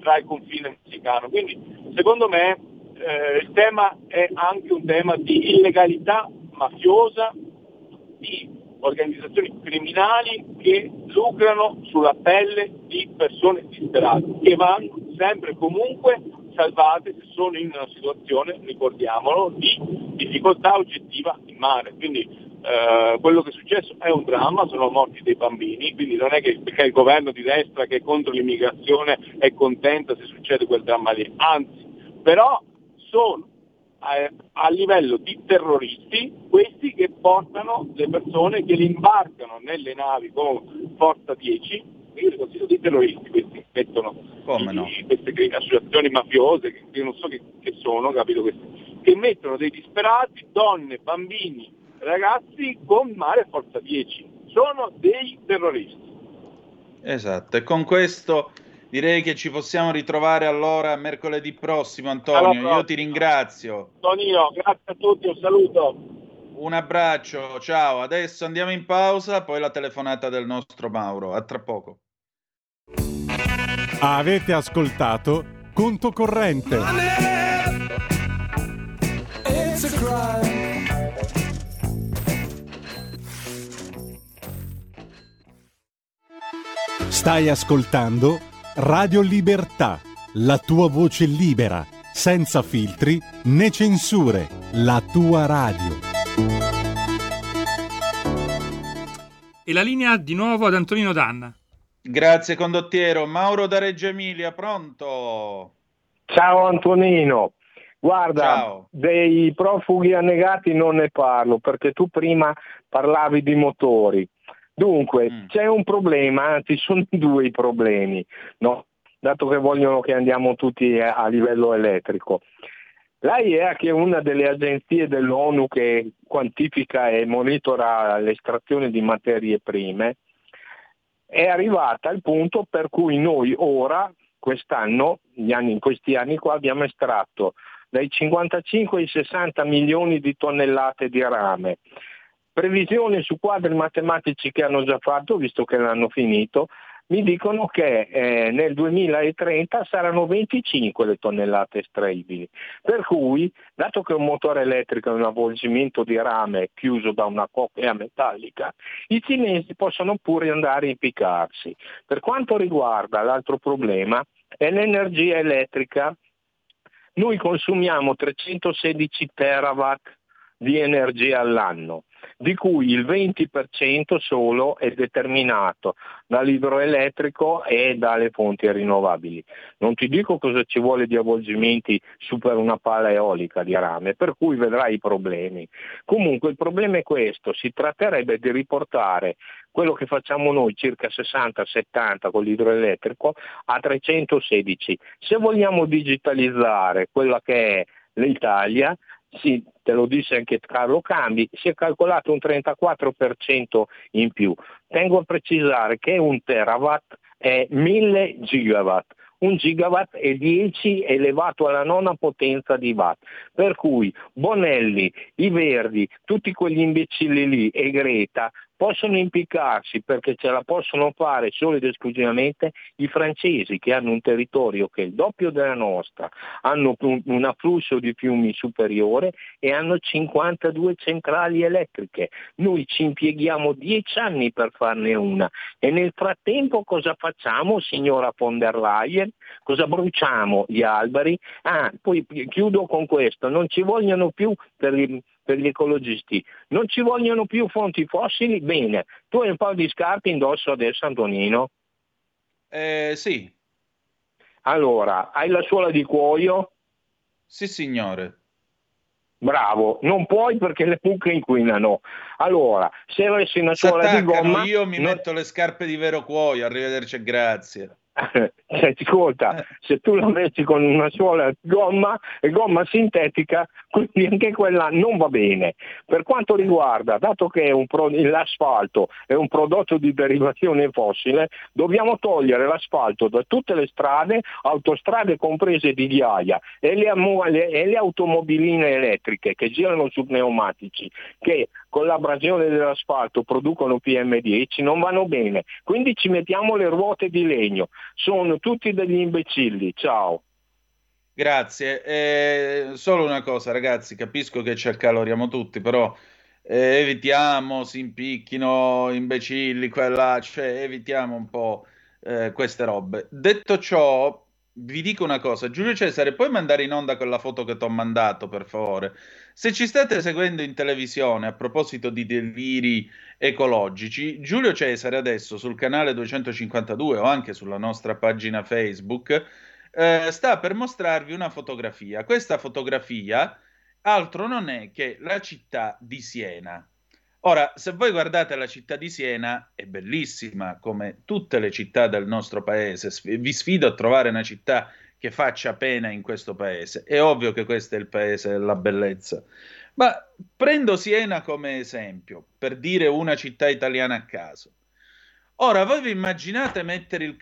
tra il confine messicano. Quindi secondo me eh, il tema è anche un tema di illegalità mafiosa, di organizzazioni criminali che lucrano sulla pelle di persone disperate, che vanno sempre e comunque salvate se sono in una situazione, ricordiamolo, di difficoltà oggettiva in mare. Quindi eh, quello che è successo è un dramma, sono morti dei bambini, quindi non è che perché il governo di destra che è contro l'immigrazione è contento se succede quel dramma lì, anzi, però sono a, a livello di terroristi questi che portano le persone, che li imbarcano nelle navi con Forza dieci, io li considero dei terroristi questi che mettono Come no? i, queste associazioni mafiose, che, che non so che, che sono, capito, questi, che mettono dei disperati, donne, bambini, ragazzi con mare Forza dieci, sono dei terroristi. Esatto, e con questo direi che ci possiamo ritrovare allora mercoledì prossimo, Antonio. Allora, io ti ringrazio. Tonino, grazie a tutti, un saluto. Un abbraccio, ciao. Adesso andiamo in pausa, poi la telefonata del nostro Mauro. A tra poco. Avete ascoltato Conto Corrente. Stai ascoltando Radio Libertà, la tua voce libera, senza filtri né censure, la tua radio. E la linea di nuovo ad Antonino Danna. Grazie condottiero. Mauro da Reggio Emilia, pronto? Ciao Antonino, guarda, Ciao. Dei profughi annegati non ne parlo perché tu prima parlavi di motori. Dunque, mm. c'è un problema, anzi sono due i problemi, no? Dato che vogliono che andiamo tutti a livello elettrico. L'A I E A, che è una delle agenzie dell'ONU che quantifica e monitora l'estrazione di materie prime, è arrivata al punto per cui noi ora, quest'anno, gli anni, in questi anni qua, abbiamo estratto dai cinquantacinque ai sessanta milioni di tonnellate di rame. Previsioni su quadri matematici che hanno già fatto, visto che l'hanno finito, mi dicono che eh, nel duemilatrenta saranno venticinque le tonnellate estraibili. Per cui, dato che un motore elettrico è un avvolgimento di rame chiuso da una copia metallica, i cinesi possono pure andare a impiccarsi. Per quanto riguarda l'altro problema, è l'energia elettrica. Noi consumiamo trecentosedici terawatt di energia all'anno, di cui il venti per cento solo è determinato dall'idroelettrico e dalle fonti rinnovabili. Non ti dico cosa ci vuole di avvolgimenti su per una pala eolica di rame, per cui vedrai i problemi. Comunque il problema è questo, si tratterebbe di riportare quello che facciamo noi, circa sessanta settanta con l'idroelettrico, a trecentosedici. Se vogliamo digitalizzare quella che è l'Italia, sì, te lo disse anche Carlo Cambi, si è calcolato un trentaquattro per cento in più. Tengo a precisare che un terawatt è mille gigawatt. Un gigawatt è dieci elevato alla nona potenza di watt. Per cui Bonelli, i Verdi, tutti quegli imbecilli lì e Greta possono impiccarsi perché ce la possono fare solo ed esclusivamente i francesi, che hanno un territorio che è il doppio della nostra, hanno un, un afflusso di fiumi superiore e hanno cinquantadue centrali elettriche. Noi ci impieghiamo dieci anni per farne una e nel frattempo cosa facciamo, signora von der Leyen? Cosa bruciamo? Gli alberi? Ah, poi chiudo con questo, non ci vogliono più per gli, per gli ecologisti, non ci vogliono più fonti fossili. Bene, tu hai un paio di scarpe indosso adesso, Antonino? Eh, sì. Allora, hai la suola di cuoio? Sì, signore. Bravo, non puoi perché le mucche inquinano. Allora, se avessi una suola di gomma... Io mi non... metto le scarpe di vero cuoio, arrivederci e grazie. Ascolta, se tu la metti con una suola gomma e gomma sintetica, quindi anche quella non va bene. Per quanto riguarda, dato che è un pro, l'asfalto è un prodotto di derivazione fossile, dobbiamo togliere l'asfalto da tutte le strade, autostrade comprese di ghiaia e le, le, e le automobiline elettriche che girano su pneumatici, che con l'abrasione dell'asfalto producono P M dieci non vanno bene, quindi ci mettiamo le ruote di legno, sono tutti degli imbecilli, ciao. Grazie, eh, solo una cosa ragazzi, capisco che ci accaloriamo tutti, però eh, evitiamo, si impicchino, imbecilli, quella, cioè evitiamo un po' eh, queste robe. Detto ciò, vi dico una cosa, Giulio Cesare, puoi mandare in onda quella foto che ti ho mandato, per favore? Se ci state seguendo in televisione, a proposito di deliri ecologici, Giulio Cesare adesso sul canale duecentocinquantadue o anche sulla nostra pagina Facebook eh, sta per mostrarvi una fotografia. Questa fotografia altro non è che la città di Siena. Ora, se voi guardate la città di Siena, è bellissima come tutte le città del nostro paese. Vi sfido a trovare una città che faccia pena in questo paese. È ovvio che questo è il paese della bellezza. Ma prendo Siena come esempio, per dire una città italiana a caso. Ora, voi vi immaginate mettere il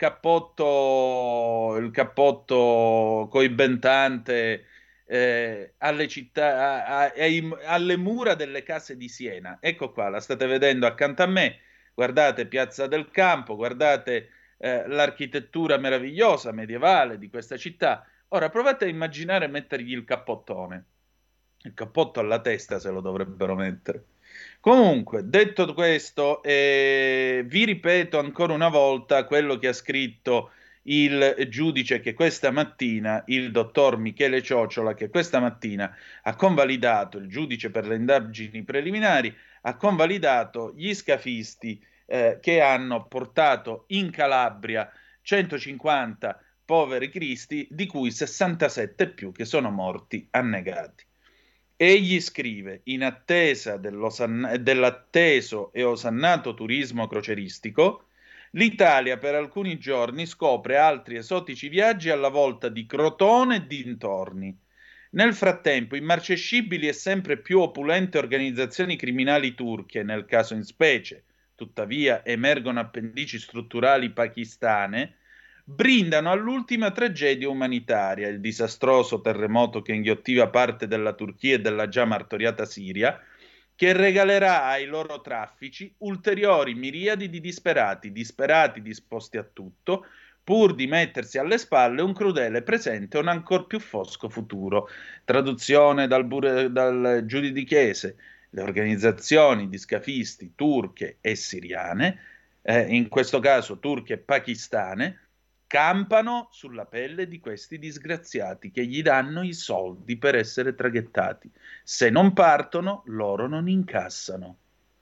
cappotto, il cappotto coibentante eh, alle città, a, a, ai- alle mura delle case di Siena? Ecco qua, la state vedendo accanto a me. Guardate Piazza del Campo, guardate eh, l'architettura meravigliosa medievale di questa città. Ora provate a immaginare mettergli il cappottone. Il cappotto alla testa se lo dovrebbero mettere. Comunque, detto questo, eh, vi ripeto ancora una volta quello che ha scritto il giudice che questa mattina, il dottor Michele Ciociola, che questa mattina ha convalidato, il giudice per le indagini preliminari, ha convalidato gli scafisti eh, che hanno portato in Calabria centocinquanta poveri cristi, di cui sessantasette più che sono morti annegati. Egli scrive, in attesa dell'osanna- dell'atteso e osannato turismo croceristico, l'Italia per alcuni giorni scopre altri esotici viaggi alla volta di Crotone e dintorni. Nel frattempo, immarcescibili e sempre più opulente organizzazioni criminali turche, nel caso in specie, tuttavia emergono appendici strutturali pakistane, brindano all'ultima tragedia umanitaria, il disastroso terremoto che inghiottiva parte della Turchia e della già martoriata Siria, che regalerà ai loro traffici ulteriori miriadi di disperati, disperati disposti a tutto, pur di mettersi alle spalle un crudele presente e un ancor più fosco futuro. Traduzione dal, bure, dal giudichiese: le organizzazioni di scafisti turche e siriane, eh, in questo caso turche e pakistane, campano sulla pelle di questi disgraziati che gli danno i soldi per essere traghettati. Se non partono, loro non incassano.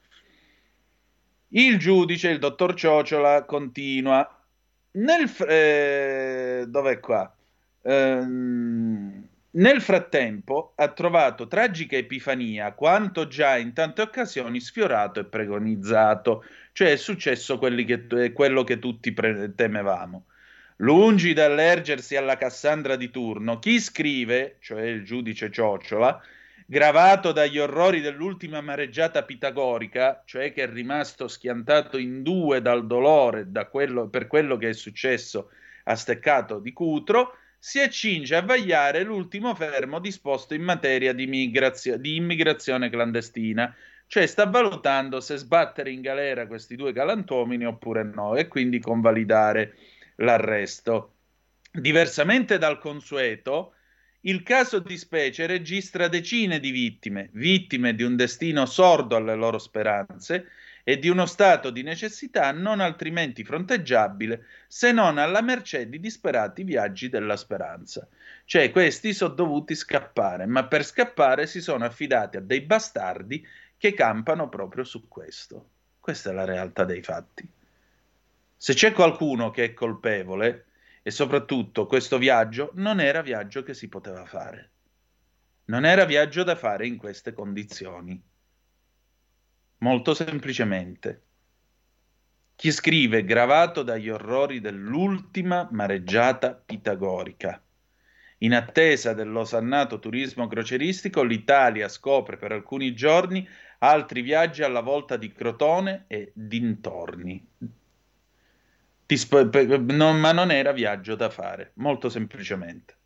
Il giudice, il dottor Ciociola, continua. Nel fr- eh, dov'è qua? Ehm, nel frattempo ha trovato tragica epifania quanto già in tante occasioni sfiorato e preconizzato, cioè è successo quelli che, quello che tutti pre- temevamo. Lungi dall'ergersi alla Cassandra di turno, chi scrive, cioè il giudice Ciociola, gravato dagli orrori dell'ultima mareggiata pitagorica, cioè che è rimasto schiantato in due dal dolore da quello, per quello che è successo a Steccato di Cutro, si accinge a vagliare l'ultimo fermo disposto in materia di, migrazio- di immigrazione clandestina, cioè sta valutando se sbattere in galera questi due galantuomini oppure no, e quindi convalidare l'arresto. Diversamente dal consueto, il caso di specie registra decine di vittime, vittime di un destino sordo alle loro speranze e di uno stato di necessità non altrimenti fronteggiabile se non alla mercé di disperati viaggi della speranza. Cioè questi sono dovuti scappare, ma per scappare si sono affidati a dei bastardi che campano proprio su questo. Questa è la realtà dei fatti. Se c'è qualcuno che è colpevole, e soprattutto questo viaggio non era viaggio che si poteva fare. Non era viaggio da fare in queste condizioni. Molto semplicemente. Chi scrive gravato dagli orrori dell'ultima mareggiata pitagorica. In attesa dell'osannato turismo croceristico, l'Italia scopre per alcuni giorni altri viaggi alla volta di Crotone e dintorni. Non, ma non era viaggio da fare, molto semplicemente.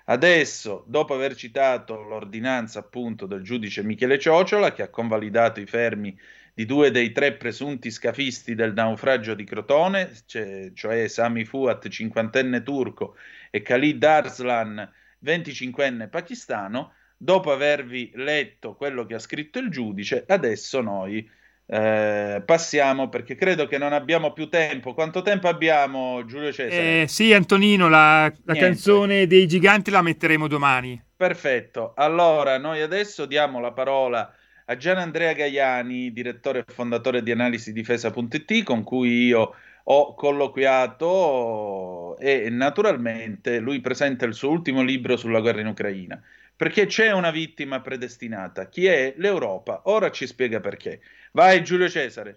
Adesso, dopo aver citato l'ordinanza appunto del giudice Michele Ciociola, che ha convalidato i fermi di due dei tre presunti scafisti del naufragio di Crotone, cioè, cioè Sami Fuat, cinquantenne turco, e Khalid Arslan, venticinquenne pakistano, dopo avervi letto quello che ha scritto il giudice, adesso noi eh, passiamo, perché credo che non abbiamo più tempo. Quanto tempo abbiamo, Giulio Cesare? Eh, sì, Antonino, la, la canzone dei giganti la metteremo domani. Perfetto, allora noi adesso diamo la parola a Gianandrea Gaiani, direttore e fondatore di Analisi Difesa punto it, con cui io ho colloquiato, e naturalmente lui presenta il suo ultimo libro sulla guerra in Ucraina, perché c'è una vittima predestinata. Chi è? L'Europa. Ora ci spiega perché. Vai Giulio Cesare.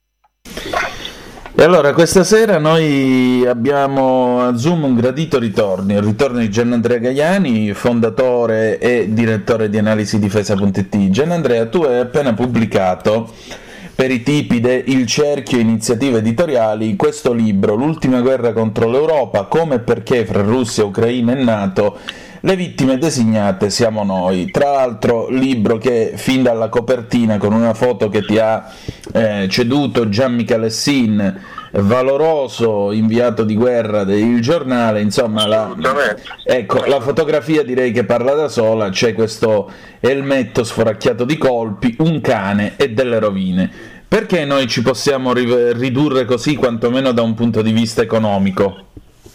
E allora questa sera noi abbiamo a Zoom un gradito ritorno, il ritorno di Gianandrea Gaiani, fondatore e direttore di Analisi Difesa punto it. Gianandrea, tu hai appena pubblicato per i tipi de Il Cerchio Iniziative Editoriali questo libro, L'ultima guerra contro l'Europa, come e perché fra Russia, Ucraina e NATO le vittime designate siamo noi. Tra l'altro libro che fin dalla copertina, con una foto che ti ha eh, ceduto Gian Michalessin, valoroso inviato di guerra del giornale, insomma la, ecco, la fotografia direi che parla da sola. C'è questo elmetto sforacchiato di colpi, un cane e delle rovine. Perché noi ci possiamo ri- ridurre così, quantomeno da un punto di vista economico?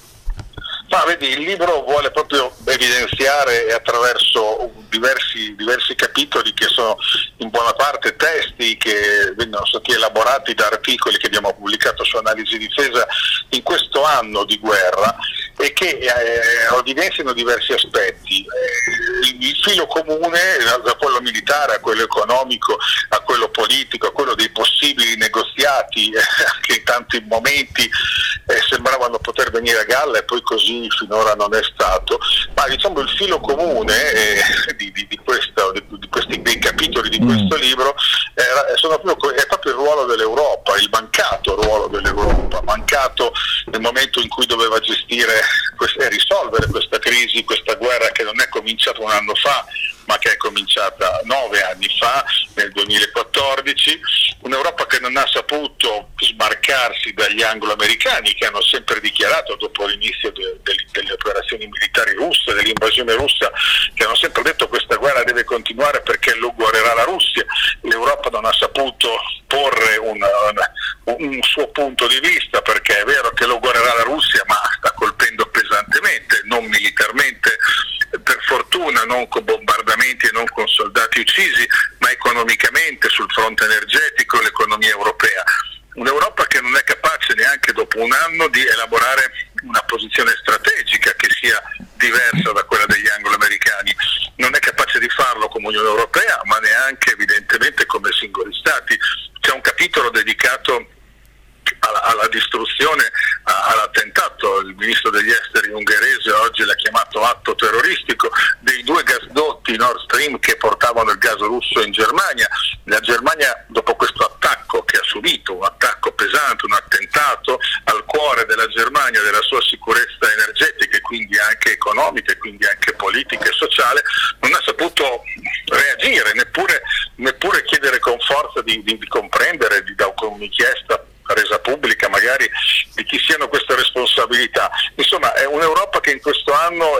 Ma vedi, il libro vuole proprio evidenziare attraverso diversi, diversi capitoli, che sono in buona parte testi che vengono stati elaborati da articoli che abbiamo pubblicato su Analisi Difesa in questo anno di guerra, e che eh, evidenziano diversi aspetti. Eh, il filo comune, da quello militare a quello economico, a quello politico, a quello dei possibili negoziati, eh, che in tanti momenti eh, sembravano poter venire a galla e poi così finora non è stato, ma diciamo il filo comune eh, di, di, di, questo, di, di questi dei capitoli di questo mm. libro eh, sono proprio, è proprio il ruolo dell'Europa, il mancato ruolo dell'Europa, mancato nel momento in cui doveva gestire e risolvere questa crisi, questa guerra che non è cominciata un anno fa, ma che è cominciata nove anni fa, nel duemilaquattordici, un'Europa che non ha saputo sbarcarsi dagli anglo-americani, che hanno sempre dichiarato, dopo l'inizio de, de, delle operazioni militari russe, dell'invasione russa, che hanno sempre detto che questa guerra deve continuare perché logorerà la Russia. L'Europa non ha saputo porre un, un, un suo punto di vista, perché è vero che logorerà la Russia, ma sta colpendo pesantemente, non militarmente, per fortuna non con bombardamenti e non con soldati uccisi, ma economicamente sul fronte energetico, l'economia europea. Un'Europa che non è capace neanche dopo un anno di elaborare una posizione strategica che sia diversa da quella degli anglo-americani, non è capace di farlo come Unione Europea, ma neanche evidentemente come singoli stati. C'è un capitolo dedicato alla, alla distruzione, all'attentato, il ministro degli esteri ungherese oggi l'ha chiamato atto terroristico, dei due gasdotti Nord Stream che portavano il gas russo in Germania. La Germania, dopo questo attacco che ha subito, un attacco pesante, un attentato al cuore della Germania, della sua sicurezza energetica e quindi anche economica e quindi anche politica e sociale, non ha saputo reagire, neppure, neppure chiedere con forza di, di, di comprendere, di dare un'inchiesta resa pubblica magari di chi siano queste responsabilità. Insomma, è un'Europa che in questo anno è,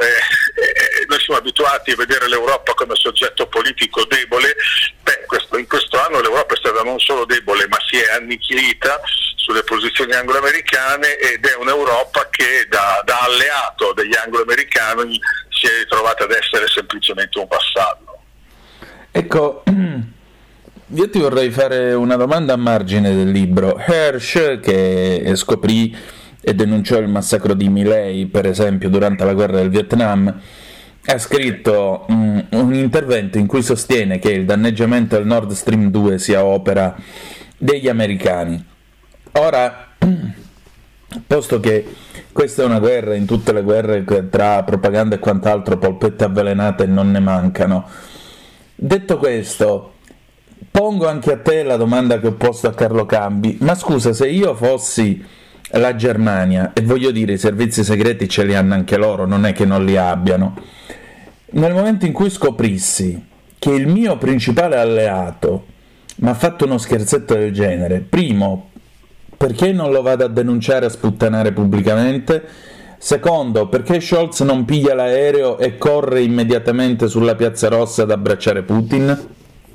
è, noi siamo abituati a vedere l'Europa come soggetto politico debole. Beh, questo, in questo anno l'Europa è stata non solo debole, ma si è annichilita sulle posizioni anglo-americane, ed è un'Europa che da, da alleato degli anglo-americani si è ritrovata ad essere semplicemente un vassallo. Ecco, io ti vorrei fare una domanda a margine del libro. Hersh, che scoprì e denunciò il massacro di My Lai, per esempio, durante la guerra del Vietnam, ha scritto um, un intervento in cui sostiene che il danneggiamento del Nord Stream due sia opera degli americani. Ora, posto che questa è una guerra, in tutte le guerre tra propaganda e quant'altro polpette avvelenate non ne mancano, detto questo, pongo anche a te la domanda che ho posto a Carlo Cambi: ma scusa, se io fossi la Germania, e voglio dire i servizi segreti ce li hanno anche loro, non è che non li abbiano, nel momento in cui scoprissi che il mio principale alleato mi ha fatto uno scherzetto del genere, primo, perché non lo vado a denunciare, a sputtanare pubblicamente? Secondo, perché Scholz non piglia l'aereo e corre immediatamente sulla Piazza Rossa ad abbracciare Putin?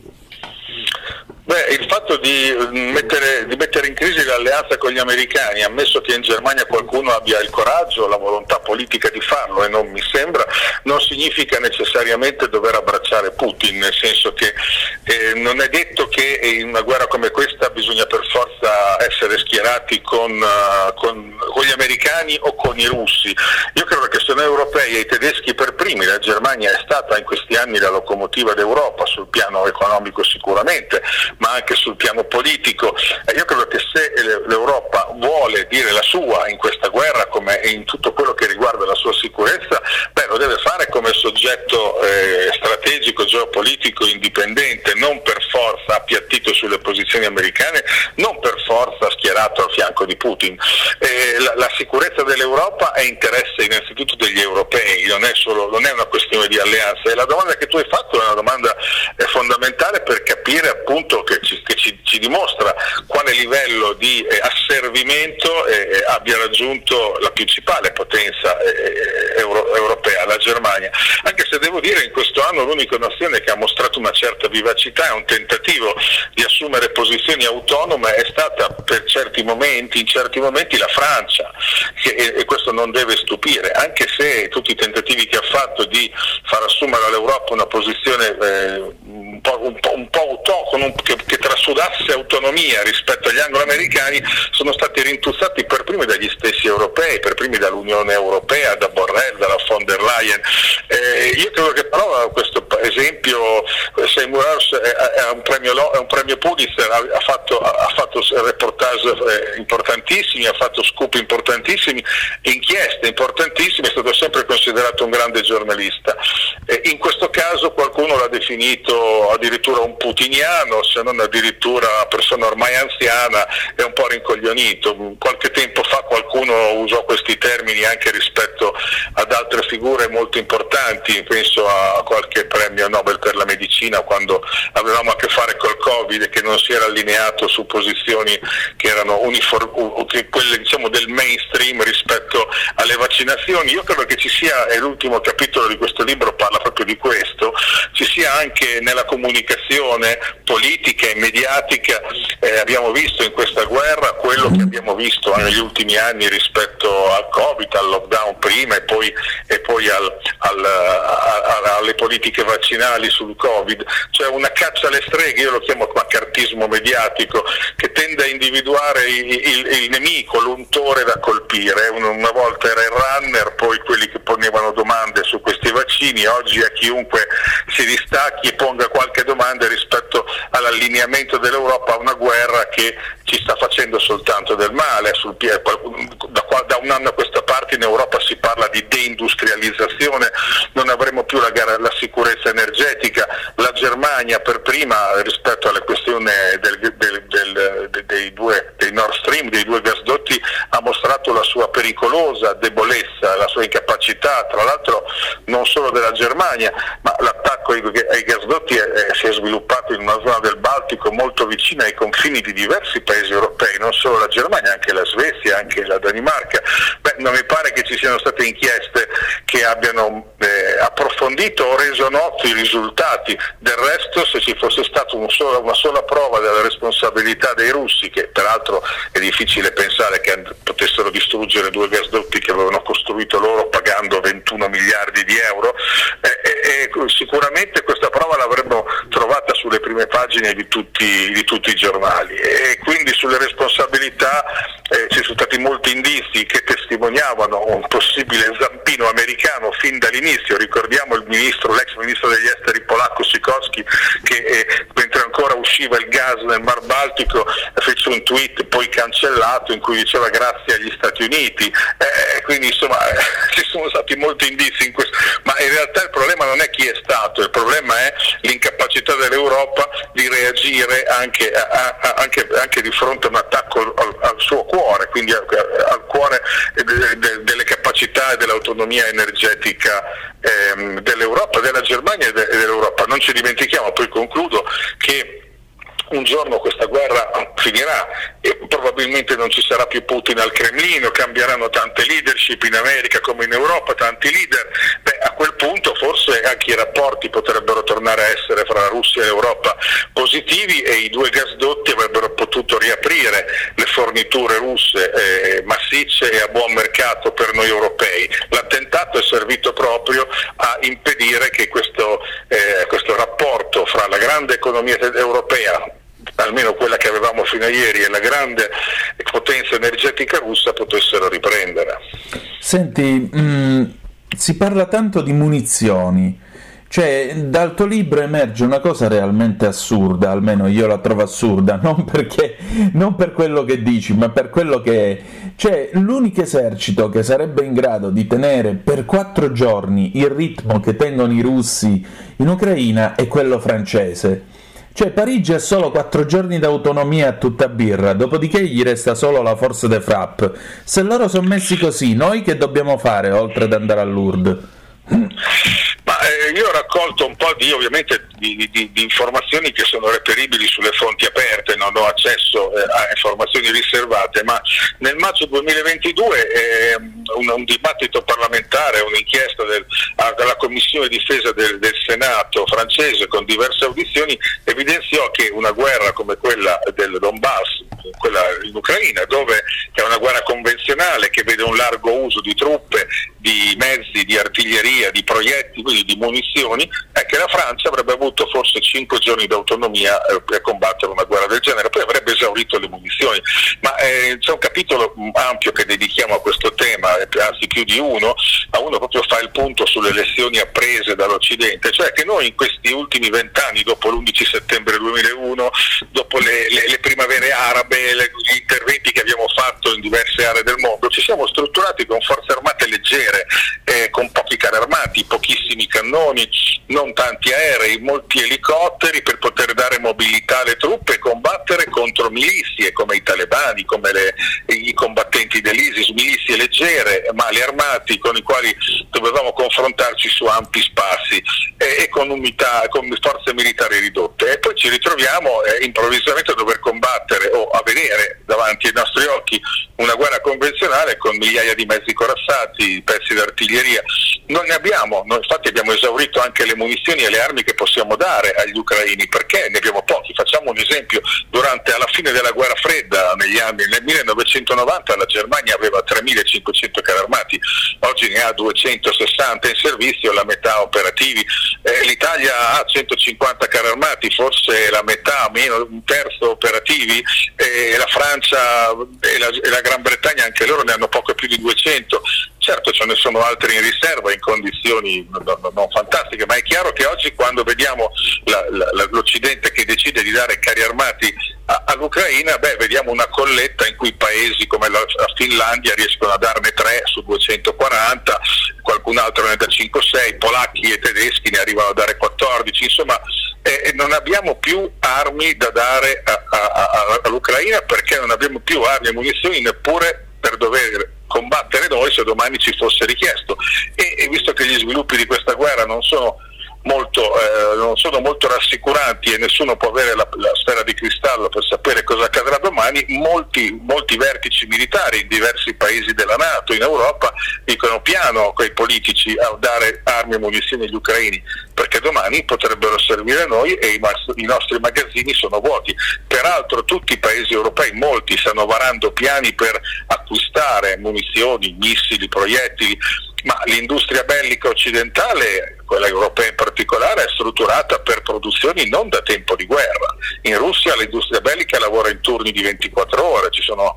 Beh, il fatto di mettere, di mettere in crisi l'alleanza con gli americani, ammesso che in Germania qualcuno abbia il coraggio, la volontà politica di farlo, e non mi sembra, non significa necessariamente dover abbracciare Putin, nel senso che eh, non è detto che in una guerra come questa bisogna per forza essere schierati con, uh, con, con gli americani o con i russi. Io credo che se noi europei e i tedeschi per primi, la Germania è stata in questi anni la locomotiva d'Europa sul piano economico sicuramente, ma anche sul piano politico. Eh, io credo che se l'Europa vuole dire la sua in questa guerra, come in tutto quello che riguarda la sua sicurezza, beh, lo deve fare come soggetto eh, strategico, geopolitico, indipendente, non per forza appiattito sulle posizioni americane, non per forza schierato al fianco di Putin. Eh, la, la sicurezza dell'Europa è interesse innanzitutto degli europei, non è, solo, non è una questione di alleanza, e la domanda che tu hai fatto è una domanda eh, fondamentale per capire appunto che ci, che ci, ci dimostra quale livello di eh, asservimento eh, abbia raggiunto la principale potenza eh, euro, europea, la Germania, anche se devo dire in questo anno l'unica nazione che ha mostrato una certa vivacità e un tentativo di assumere posizioni autonome è stata per certi momenti, in certi momenti la Francia, che, e, e questo non deve stupire, anche se tutti i tentativi che ha fatto di far assumere all'Europa una posizione eh, un po', un po', un po' autoctono, che, che trasudasse autonomia rispetto agli anglo-americani, sono stati rintuzzati per primi dagli stessi europei, per primi dall'Unione Europea, da Borrell, dalla von der Leyen. Eh, io credo che però questo esempio, Seymour Hersh è, è, un premio, è un premio Pulitzer, ha, ha, fatto, ha fatto reportage eh, importantissimi, ha fatto scoop importantissimi, inchieste importantissime, è stato sempre considerato un grande giornalista. Eh, in questo caso qualcuno l'ha definito addirittura un putiniano, se non addirittura una persona ormai anziana e un po' rincoglionito. Qualche tempo fa qualcuno usò questi termini anche rispetto ad altre figure molto importanti, penso a qualche premio Nobel per la medicina, quando avevamo a che fare col Covid e che non si era allineato su posizioni che erano uniformi, che quelle diciamo del mainstream rispetto alle vaccinazioni. Io credo che ci sia, e l'ultimo capitolo di questo libro parla proprio di questo, ci sia anche nella comunicazione politica e mediatica, eh, abbiamo visto in questa guerra quello che abbiamo visto negli ultimi anni rispetto al Covid, al lockdown prima e poi, e poi al, al, a, a, alle politiche vaccinali sul Covid, cioè una caccia alle streghe, io lo chiamo maccartismo mediatico, che tende a individuare il, il, il nemico, l'untore da colpire. Una volta era il runner, poi quelli che ponevano domande su questi vaccini, oggi a chiunque si distacchi e ponga qualche domanda rispetto all'allineamento dell'Europa a una guerra che ci sta facendo soltanto del male. Sul, da, da un anno a questa parte in Europa si parla di deindustrializzazione, non avremo più la, la sicurezza energetica. La Germania per prima rispetto alla questione del, del, del, del, dei, due, dei Nord Stream, dei due gasdotti, ha mostrato la sua pericolosa debolezza, la sua incapacità, tra l'altro non solo della Germania, ma l'attacco ai, ai gasdotti è, è, si è sviluppato in una zona del Baltico molto vicina ai confini di diversi paesi europei, non solo la Germania, anche la Svezia, anche la Danimarca. Beh, non mi pare che ci siano state inchieste che abbiano eh, approfondito o reso noti i risultati. Del resto, se ci fosse stata un solo, una sola prova della responsabilità dei russi, che peraltro è difficile pensare che potessero distruggere due gasdotti che avevano costruito loro pagando ventuno miliardi di euro, eh, eh, sicuramente questa prova l'avremmo trovata sulle prime pagine di tutti, di tutti i giornali, e quindi sulle responsabilità eh, ci sono stati molti indizi che testimoniavano un possibile zampino americano fin dall'inizio. Ricordiamo il ministro, l'ex ministro degli esteri polacco Sikorski, che eh, mentre ancora usciva il gas nel Mar Baltico fece un tweet poi cancellato in cui diceva grazie agli Stati Uniti, eh, quindi insomma eh, ci sono stati molti indizi in questo, ma in realtà il problema non è chi è stato, il problema è l'incapacità capacità dell'Europa di reagire anche, a, a, anche, anche di fronte a un attacco al, al suo cuore, quindi al, al cuore de, de, delle capacità e dell'autonomia energetica ehm, dell'Europa, della Germania e, de, e dell'Europa. Non ci dimentichiamo, poi concludo, che un giorno questa guerra finirà e probabilmente non ci sarà più Putin al Cremlino, cambieranno tante leadership in America come in Europa, tanti leader. Beh, a quel punto forse anche i rapporti potrebbero tornare a essere fra la Russia e l'Europa positivi e i due gasdotti avrebbero potuto riaprire le forniture russe eh, massicce e a buon mercato per noi europei. L'attentato è servito proprio a impedire che questo, eh, questo rapporto fra la grande economia europea, almeno quella che avevamo fino a ieri, e la grande potenza energetica russa potessero riprendere. Senti, mh, si parla tanto di munizioni, cioè dal tuo libro emerge una cosa realmente assurda, almeno io la trovo assurda, non perché non per quello che dici, ma per quello che è. Cioè, l'unico esercito che sarebbe in grado di tenere per quattro giorni il ritmo che tengono i russi in Ucraina è quello francese. Cioè Parigi ha solo quattro giorni d'autonomia a tutta birra, dopodiché gli resta solo la force de frappe. Se loro sono messi così, noi che dobbiamo fare oltre ad andare a Lourdes? Ma eh, io ho raccolto un po' di, ovviamente, di, di, di informazioni che sono reperibili sulle fonti aperte, non ho accesso eh, a informazioni riservate, ma nel maggio duemilaventidue eh, un, un dibattito parlamentare, un'inchiesta del, alla Commissione Difesa del, del Senato francese con diverse audizioni evidenziò che una guerra come quella del Donbass, quella in Ucraina, dove è una guerra convenzionale che vede un largo uso di truppe, di mezzi, di artiglieria, di proiettili, quindi di munizioni, è che la Francia avrebbe avuto forse cinque giorni d'autonomia eh, per combattere una guerra del genere, poi avrebbe esaurito le munizioni. Ma eh, c'è un capitolo ampio che dedichiamo a questo tema, anzi più di uno, a uno proprio fa il punto sulle lezioni apprese dall'Occidente, cioè che noi in questi ultimi vent'anni, dopo l'undici settembre duemilauno, dopo le, le, le primavere arabe, le, gli interventi che abbiamo fatto in diverse aree del mondo, ci siamo strutturati con forze armate leggere, eh, con pochi carri armati, pochissimi cannoni, non tanti aerei, molti elicotteri per poter dare mobilità alle truppe e combattere contro milizie come i talebani, come le, i combattenti dell'ISIS, milizie leggere, mali armati con i quali dovevamo confrontarci su ampi spazi e, e con unità, con forze militari ridotte. E poi ci ritroviamo eh, improvvisamente a dover combattere o a vedere davanti ai nostri occhi una guerra convenzionale con migliaia di mezzi corazzati, pezzi d'artiglieria. Non ne abbiamo, noi infatti abbiamo esaurito anche le munizioni e le armi che possiamo dare agli ucraini, perché ne abbiamo pochi. Facciamo un esempio: durante alla fine della guerra fredda, negli anni nel millenovecentonovanta, la Germania aveva tremilacinquecento carri armati, oggi ne ha duecentosessanta in servizio, la metà operativi. Eh, L'Italia ha centocinquanta carri armati, forse la metà, meno un terzo operativi, e la Francia e la, e la Gran Bretagna anche loro ne hanno poco più di duecento. Certo, ce ne sono altri in riserva in condizioni non, non, non fantastiche, ma è chiaro che oggi, quando vediamo la, la, l'Occidente che decide di dare carri armati a, all'Ucraina, beh, vediamo una colletta in cui paesi come la, la Finlandia riescono a darne tre su duecentoquaranta, qualcun altro ne dà cinque o sei, polacchi e tedeschi ne arrivano a dare quattordici, insomma eh, non abbiamo più armi da dare a, a, a, all'Ucraina, perché non abbiamo più armi e munizioni neppure per dover combattere noi se domani ci fosse richiesto. E, e visto che gli sviluppi di questa guerra non sono molto, eh, non sono molto rassicuranti e nessuno può avere la, la sfera di cristallo per sapere cosa accadrà domani, molti, molti vertici militari in diversi paesi della NATO, in Europa, dicono piano quei politici a dare armi e munizioni agli ucraini, perché domani potrebbero servire a noi e i, mas- i nostri magazzini sono vuoti. Peraltro tutti i paesi europei, molti, stanno varando piani per acquistare munizioni, missili, proiettili, ma l'industria bellica occidentale, quella europea in particolare, è strutturata per produzioni non da tempo di guerra. In Russia l'industria bellica lavora in turni di ventiquattro ore, ci sono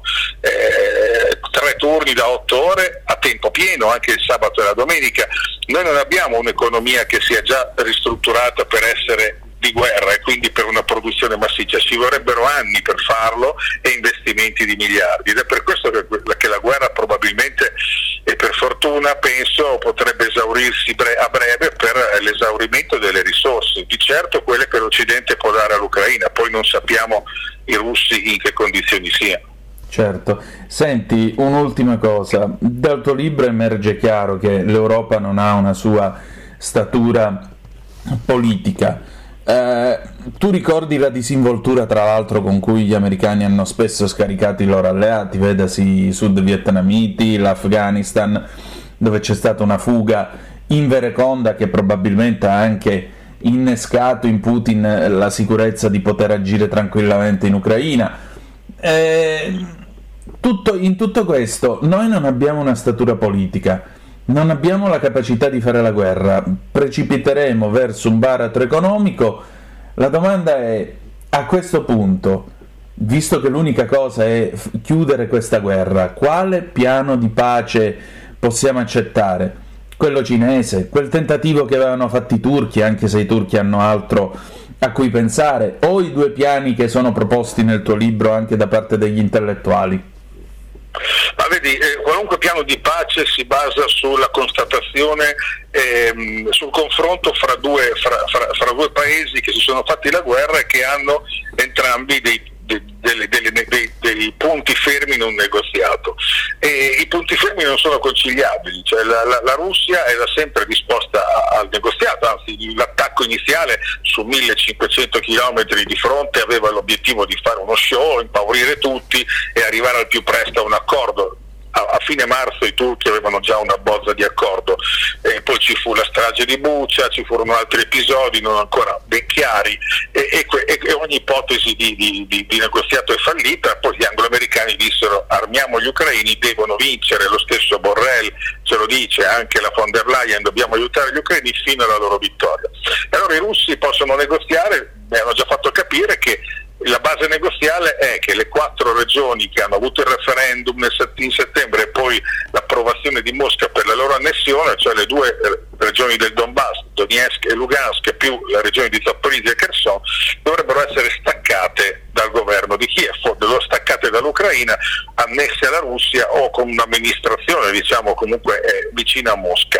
eh, tre turni da otto ore a tempo pieno, anche il sabato e la domenica. Noi non abbiamo un'economia che sia già ristrutturata per essere di guerra e quindi per una produzione massiccia, ci vorrebbero anni per farlo e investimenti di miliardi, ed è per questo che, che la guerra probabilmente, e per fortuna penso, potrebbe esaurirsi bre- a breve per l'esaurimento delle risorse risorse, di certo quelle che l'Occidente può dare all'Ucraina, poi non sappiamo i russi in che condizioni siano. Certo. Senti, un'ultima cosa, dal tuo libro emerge chiaro che l'Europa non ha una sua statura politica. Eh, tu ricordi la disinvoltura tra l'altro con cui gli americani hanno spesso scaricato i loro alleati, vedasi i sud vietnamiti, l'Afghanistan, dove c'è stata una fuga invereconda che probabilmente ha anche innescato in Putin la sicurezza di poter agire tranquillamente in Ucraina. Eh, tutto, in tutto questo noi non abbiamo una statura politica, non abbiamo la capacità di fare la guerra, precipiteremo verso un baratro economico. La domanda è, a questo punto, visto che l'unica cosa è f- chiudere questa guerra, quale piano di pace possiamo accettare? Quello cinese, quel tentativo che avevano fatto i turchi, anche se i turchi hanno altro a cui pensare, o i due piani che sono proposti nel tuo libro anche da parte degli intellettuali? Ma vedi, eh, qualunque piano di pace si basa sulla constatazione, ehm, sul confronto fra due, fra, fra, fra due paesi che si sono fatti la guerra e che hanno entrambi dei De, delle, delle, dei, dei punti fermi in un negoziato, e i punti fermi non sono conciliabili, cioè la, la, la Russia è da sempre disposta a, al negoziato, anzi l'attacco iniziale su millecinquecento chilometri di fronte aveva l'obiettivo di fare uno show, impaurire tutti e arrivare al più presto a un accordo. A fine marzo i turchi avevano già una bozza di accordo, e poi ci fu la strage di Bucha, ci furono altri episodi non ancora ben chiari, e, e, e ogni ipotesi di, di, di, di negoziato è fallita. Poi gli angloamericani dissero: armiamo gli ucraini, devono vincere, lo stesso Borrell ce lo dice, anche la von der Leyen, dobbiamo aiutare gli ucraini fino alla loro vittoria. E allora i russi possono negoziare, mi hanno già fatto capire che la base negoziale è che le quattro regioni che hanno avuto il referendum in settembre e poi l'approvazione di Mosca per la loro annessione, cioè le due regioni del Donbass, Donetsk e Lugansk, più la regione di Zaporizhzhia e Kherson, dovrebbero essere staccate dal governo di Kiev, o staccate dall'Ucraina, annesse alla Russia o con un'amministrazione, diciamo, comunque eh, vicina a Mosca.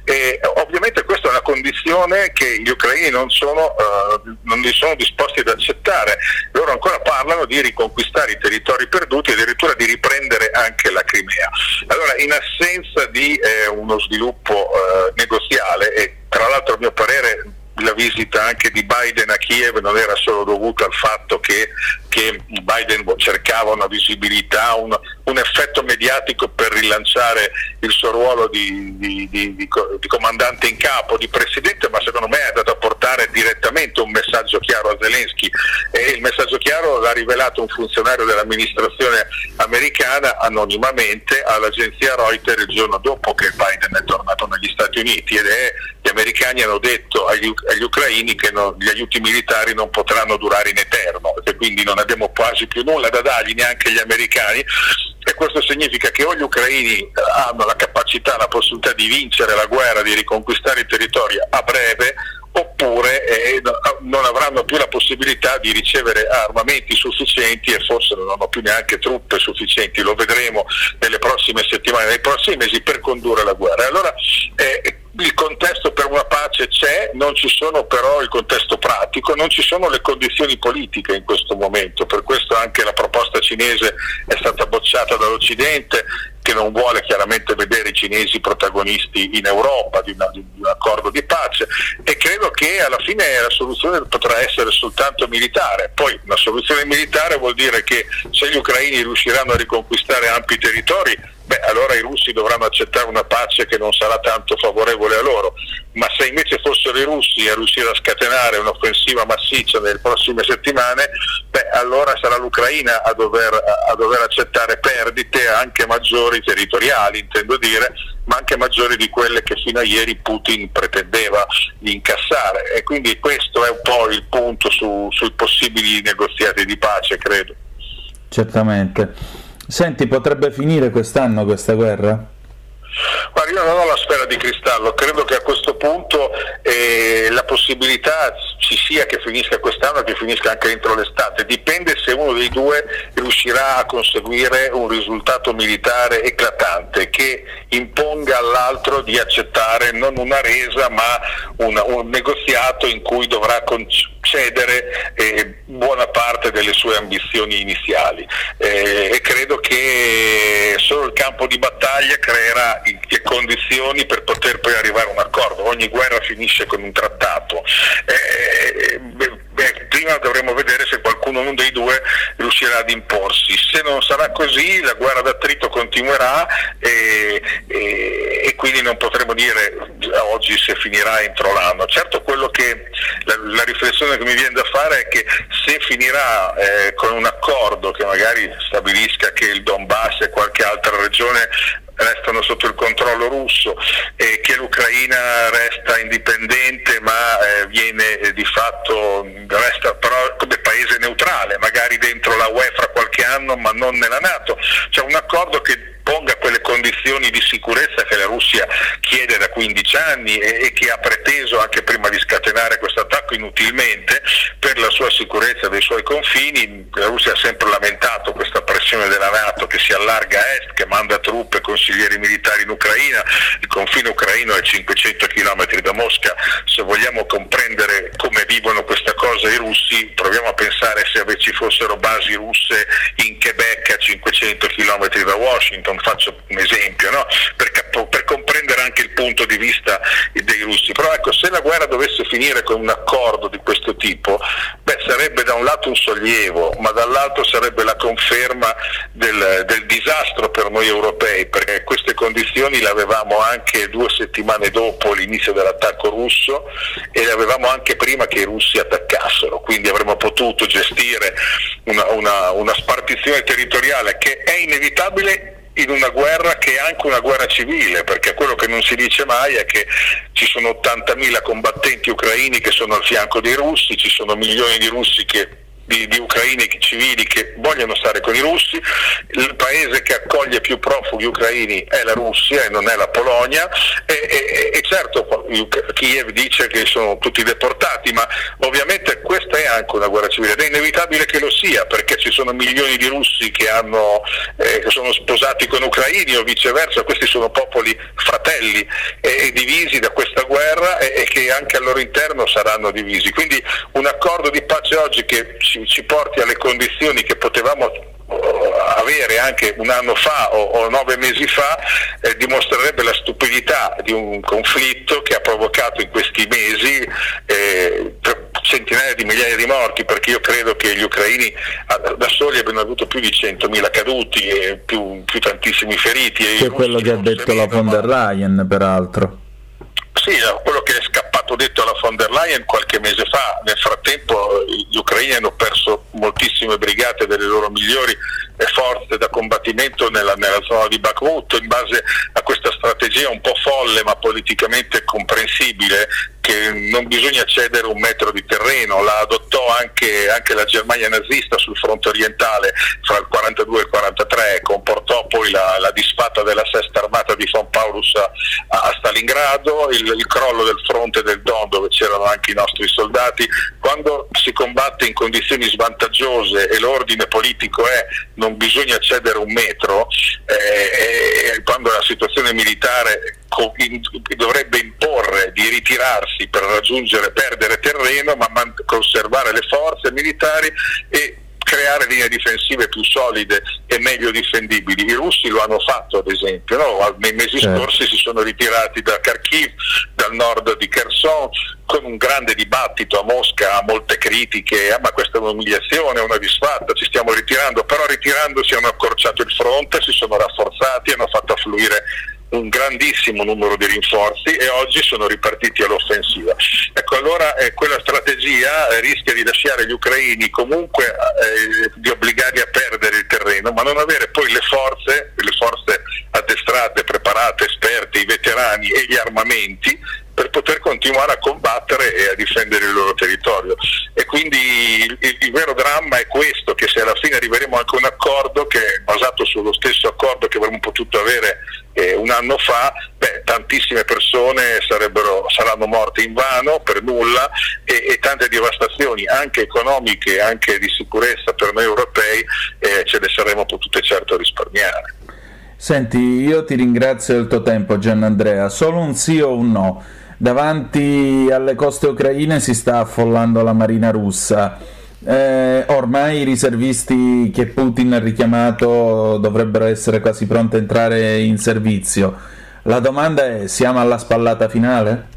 E ovviamente questa è una condizione che gli ucraini non sono, uh, non li sono disposti ad accettare. Loro ancora parlano di riconquistare i territori perduti e addirittura di riprendere anche la Crimea. Allora, in assenza di eh, uno sviluppo eh, negoziale, e tra l'altro a mio parere la visita anche di Biden a Kiev non era solo dovuta al fatto che, che Biden cercava una visibilità, un, un effetto mediatico per rilanciare il suo ruolo di, di, di, di, di comandante in capo, di presidente, ma secondo me è andato a portare direttamente un messaggio chiaro a Zelensky, e il messaggio chiaro l'ha rivelato un funzionario dell'amministrazione americana anonimamente all'agenzia Reuters il giorno dopo che Biden è tornato negli Stati Uniti, ed è gli americani hanno detto agli, agli ucraini che no, gli aiuti militari non potranno durare in eterno, e quindi non abbiamo quasi più nulla da dargli, neanche gli americani, e questo significa che o gli ucraini hanno la capacità, la possibilità di vincere la guerra, di riconquistare i territori a breve, oppure eh, non avranno più la possibilità di ricevere armamenti sufficienti e forse non hanno più neanche truppe sufficienti, lo vedremo nelle prossime settimane, nei prossimi mesi, per condurre la guerra. E allora eh, il contesto per una pace c'è, non ci sono però il contesto pratico, non ci sono le condizioni politiche in questo momento, per questo anche la proposta cinese è stata bocciata dall'Occidente, che non vuole chiaramente vedere i cinesi protagonisti in Europa di, una, di un accordo di pace, e credo che alla fine la soluzione potrà essere soltanto militare. Poi una soluzione militare vuol dire che se gli ucraini riusciranno a riconquistare ampi territori, beh, allora i russi dovranno accettare una pace che non sarà tanto favorevole a loro, ma se invece fossero i russi a riuscire a scatenare un'offensiva massiccia nelle prossime settimane, beh, allora sarà l'Ucraina a dover, a dover accettare perdite anche maggiori territoriali, intendo dire, ma anche maggiori di quelle che fino a ieri Putin pretendeva di incassare, e quindi questo è un po' il punto su, sui possibili negoziati di pace, credo. Certamente. Senti, potrebbe finire quest'anno questa guerra? Guarda, io non ho la sfera di cristallo, credo che a questo punto eh, la possibilità ci sia che finisca quest'anno, che finisca anche entro l'estate, dipende se uno dei due riuscirà a conseguire un risultato militare eclatante che imponga all'altro di accettare non una resa ma una, un negoziato in cui dovrà concedere eh, buona parte delle sue ambizioni iniziali eh, e credo che solo il campo di battaglia creerà le condizioni per poter poi arrivare a un accordo. Ogni guerra finisce con un trattato. Eh, beh, beh, prima dovremo vedere se qualcuno uno dei due riuscirà ad imporsi. Se non sarà così, la guerra d'attrito continuerà e, e, e quindi non potremo dire oggi se finirà entro l'anno. Certo, quello che la, la riflessione che mi viene da fare è che se finirà eh, con un accordo che magari stabilisca che il Donbass e qualche altra regione restano sotto il controllo russo e che l'Ucraina resta indipendente ma eh, viene eh, di fatto resta però come paese neutrale, magari dentro la U E fra qualche anno ma non nella NATO. C'è un accordo che ponga quelle condizioni di sicurezza che la Russia chiede da quindici anni e, e che ha preteso anche prima di scatenare questo attacco inutilmente per la sua sicurezza dei suoi confini. La Russia ha sempre lamentato questa pressione della NATO che si allarga a est, che manda truppe e consiglieri militari in Ucraina. Il confine ucraino è cinquecento chilometri da Mosca. Se vogliamo comprendere come vivono questa cosa i russi, proviamo a pensare se ci fossero basi russe in Quebec a cinquecento chilometri da Washington. Faccio un esempio, no? per, cap- per comprendere anche il punto di vista dei russi. Però ecco, se la guerra dovesse finire con un accordo di questo tipo, beh, sarebbe da un lato un sollievo, ma dall'altro sarebbe la conferma del, del disastro per noi europei, perché queste condizioni le avevamo anche due settimane dopo l'inizio dell'attacco russo e le avevamo anche prima che i russi attaccassero, quindi avremmo potuto gestire una, una, una spartizione territoriale che è inevitabile in una guerra che è anche una guerra civile, perché quello che non si dice mai è che ci sono ottantamila combattenti ucraini che sono al fianco dei russi, ci sono milioni di russi che Di, di ucraini civili che vogliono stare con i russi. Il paese che accoglie più profughi ucraini è la Russia e non è la Polonia e, e, e certo Kiev dice che sono tutti deportati, ma ovviamente questa è anche una guerra civile ed è inevitabile che lo sia, perché ci sono milioni di russi che, hanno, eh, che sono sposati con ucraini o viceversa. Questi sono popoli fratelli e, e divisi da questa guerra e, e che anche al loro interno saranno divisi, quindi un accordo di pace oggi che ci ci porti alle condizioni che potevamo avere anche un anno fa o, o nove mesi fa eh, dimostrerebbe la stupidità di un conflitto che ha provocato in questi mesi eh, centinaia di migliaia di morti, perché io credo che gli ucraini da soli abbiano avuto più di centomila caduti e più, più tantissimi feriti. E che è quello che ha detto la von der Leyen, peraltro. Sì, quello che è scappato detto alla von der Leyen qualche mese fa. Nel frattempo gli ucraini hanno perso moltissime brigate delle loro migliori forze da combattimento nella, nella zona di Bakhmut, in base a questa strategia un po' folle ma politicamente comprensibile, che non bisogna cedere un metro di terreno. La adottò anche, anche la Germania nazista sul fronte orientale fra il quarantadue e il quarantatré, comportò poi la, la disfatta della sesta armata di von Paulus a, a Stalingrado, il, il crollo del fronte del Don dove c'erano anche i nostri soldati. Quando si combatte in condizioni svantaggiose e l'ordine politico è non bisogna cedere un metro, eh, e quando la situazione militare dovrebbe imporre di ritirarsi per raggiungere, perdere terreno, ma man- conservare le forze militari e creare linee difensive più solide e meglio difendibili. I russi lo hanno fatto, ad esempio, no? Nei mesi certo. scorsi si sono ritirati da Kharkiv, dal nord di Kherson, con un grande dibattito a Mosca, molte critiche, ah, ma questa è un'umiliazione, è una disfatta, ci stiamo ritirando, però ritirandosi hanno accorciato il fronte, si sono rafforzati, hanno fatto affluire un grandissimo numero di rinforzi e oggi sono ripartiti all'offensiva. Ecco, allora eh, quella strategia eh, rischia di lasciare gli ucraini comunque eh, di obbligarli a perdere il terreno, ma non avere poi le forze, le forze addestrate, preparate, esperte, i veterani e gli armamenti per poter continuare a combattere e a difendere il loro territorio. E quindi il, il, il vero dramma è questo, che se alla fine arriveremo anche a un accordo che è basato fatto sullo stesso accordo che avremmo potuto avere eh, un anno fa, beh, tantissime persone sarebbero, saranno morte invano, per nulla, e, e tante devastazioni anche economiche, anche di sicurezza per noi europei eh, ce le saremmo potute certo risparmiare. Senti, io ti ringrazio del tuo tempo, Gianandrea. Solo un sì o un no. Davanti alle coste ucraine si sta affollando la marina russa. Eh, ormai i riservisti che Putin ha richiamato dovrebbero essere quasi pronti a entrare in servizio. La domanda è: siamo alla spallata finale?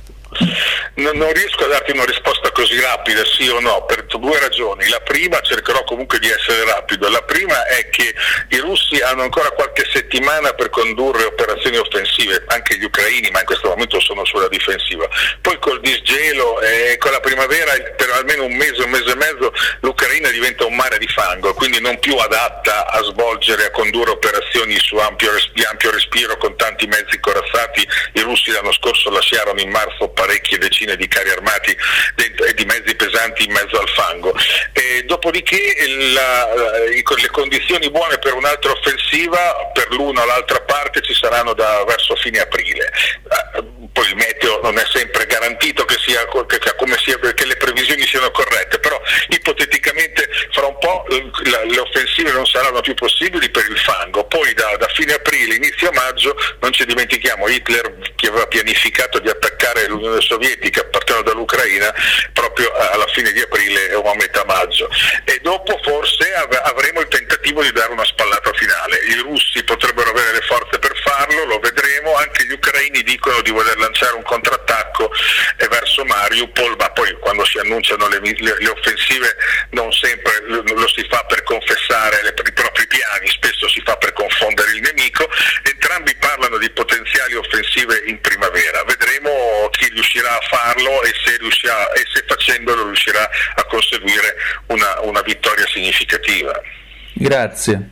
Non, non riesco a darti una risposta così rapida, sì o no, per due ragioni. La prima, cercherò comunque di essere rapido, la prima è che i russi hanno ancora qualche settimana per condurre operazioni offensive, anche gli ucraini, ma in questo momento sono sulla difensiva. Poi col disgelo e con la primavera, per almeno un mese, un mese e mezzo, l'Ucraina diventa un mare di fango, quindi non più adatta a svolgere, a condurre operazioni su ampio, di ampio respiro con tanti mezzi corazzati. I russi l'anno scorso lasciarono in marzo parecchie decine di carri armati e di mezzi pesanti in mezzo al fango. E dopodiché la, la, le condizioni buone per un'altra offensiva per l'una o l'altra parte ci saranno da verso fine aprile. Poi il meteo non è sempre garantito che sia, che, come sia, che le previsioni siano corrette, però ipoteticamente fra un po' la, le offensive non saranno più possibili per il fango. Poi da, da fine aprile, inizio maggio, non ci dimentichiamo, Hitler, che aveva pianificato di attaccare l'Unione Sovietica partendo dall'Ucraina proprio alla fine di aprile o a metà maggio, e dopo forse av- avremo il tentativo di dare una spallata finale. I russi potrebbero avere le forze per farlo, lo vedremo. Anche gli ucraini dicono di voler lanciare un contrattacco eh, verso Mariupol, ma poi quando si annunciano le, le, le offensive non sempre lo, lo si fa per confessare le, i propri piani, spesso si fa per confondere il nemico. Entrambi parlano di potenziali offensive in primavera, vedremo chi riuscirà a farlo e se, riuscirà, e se facendolo riuscirà a conseguire una, una vittoria significativa. Grazie.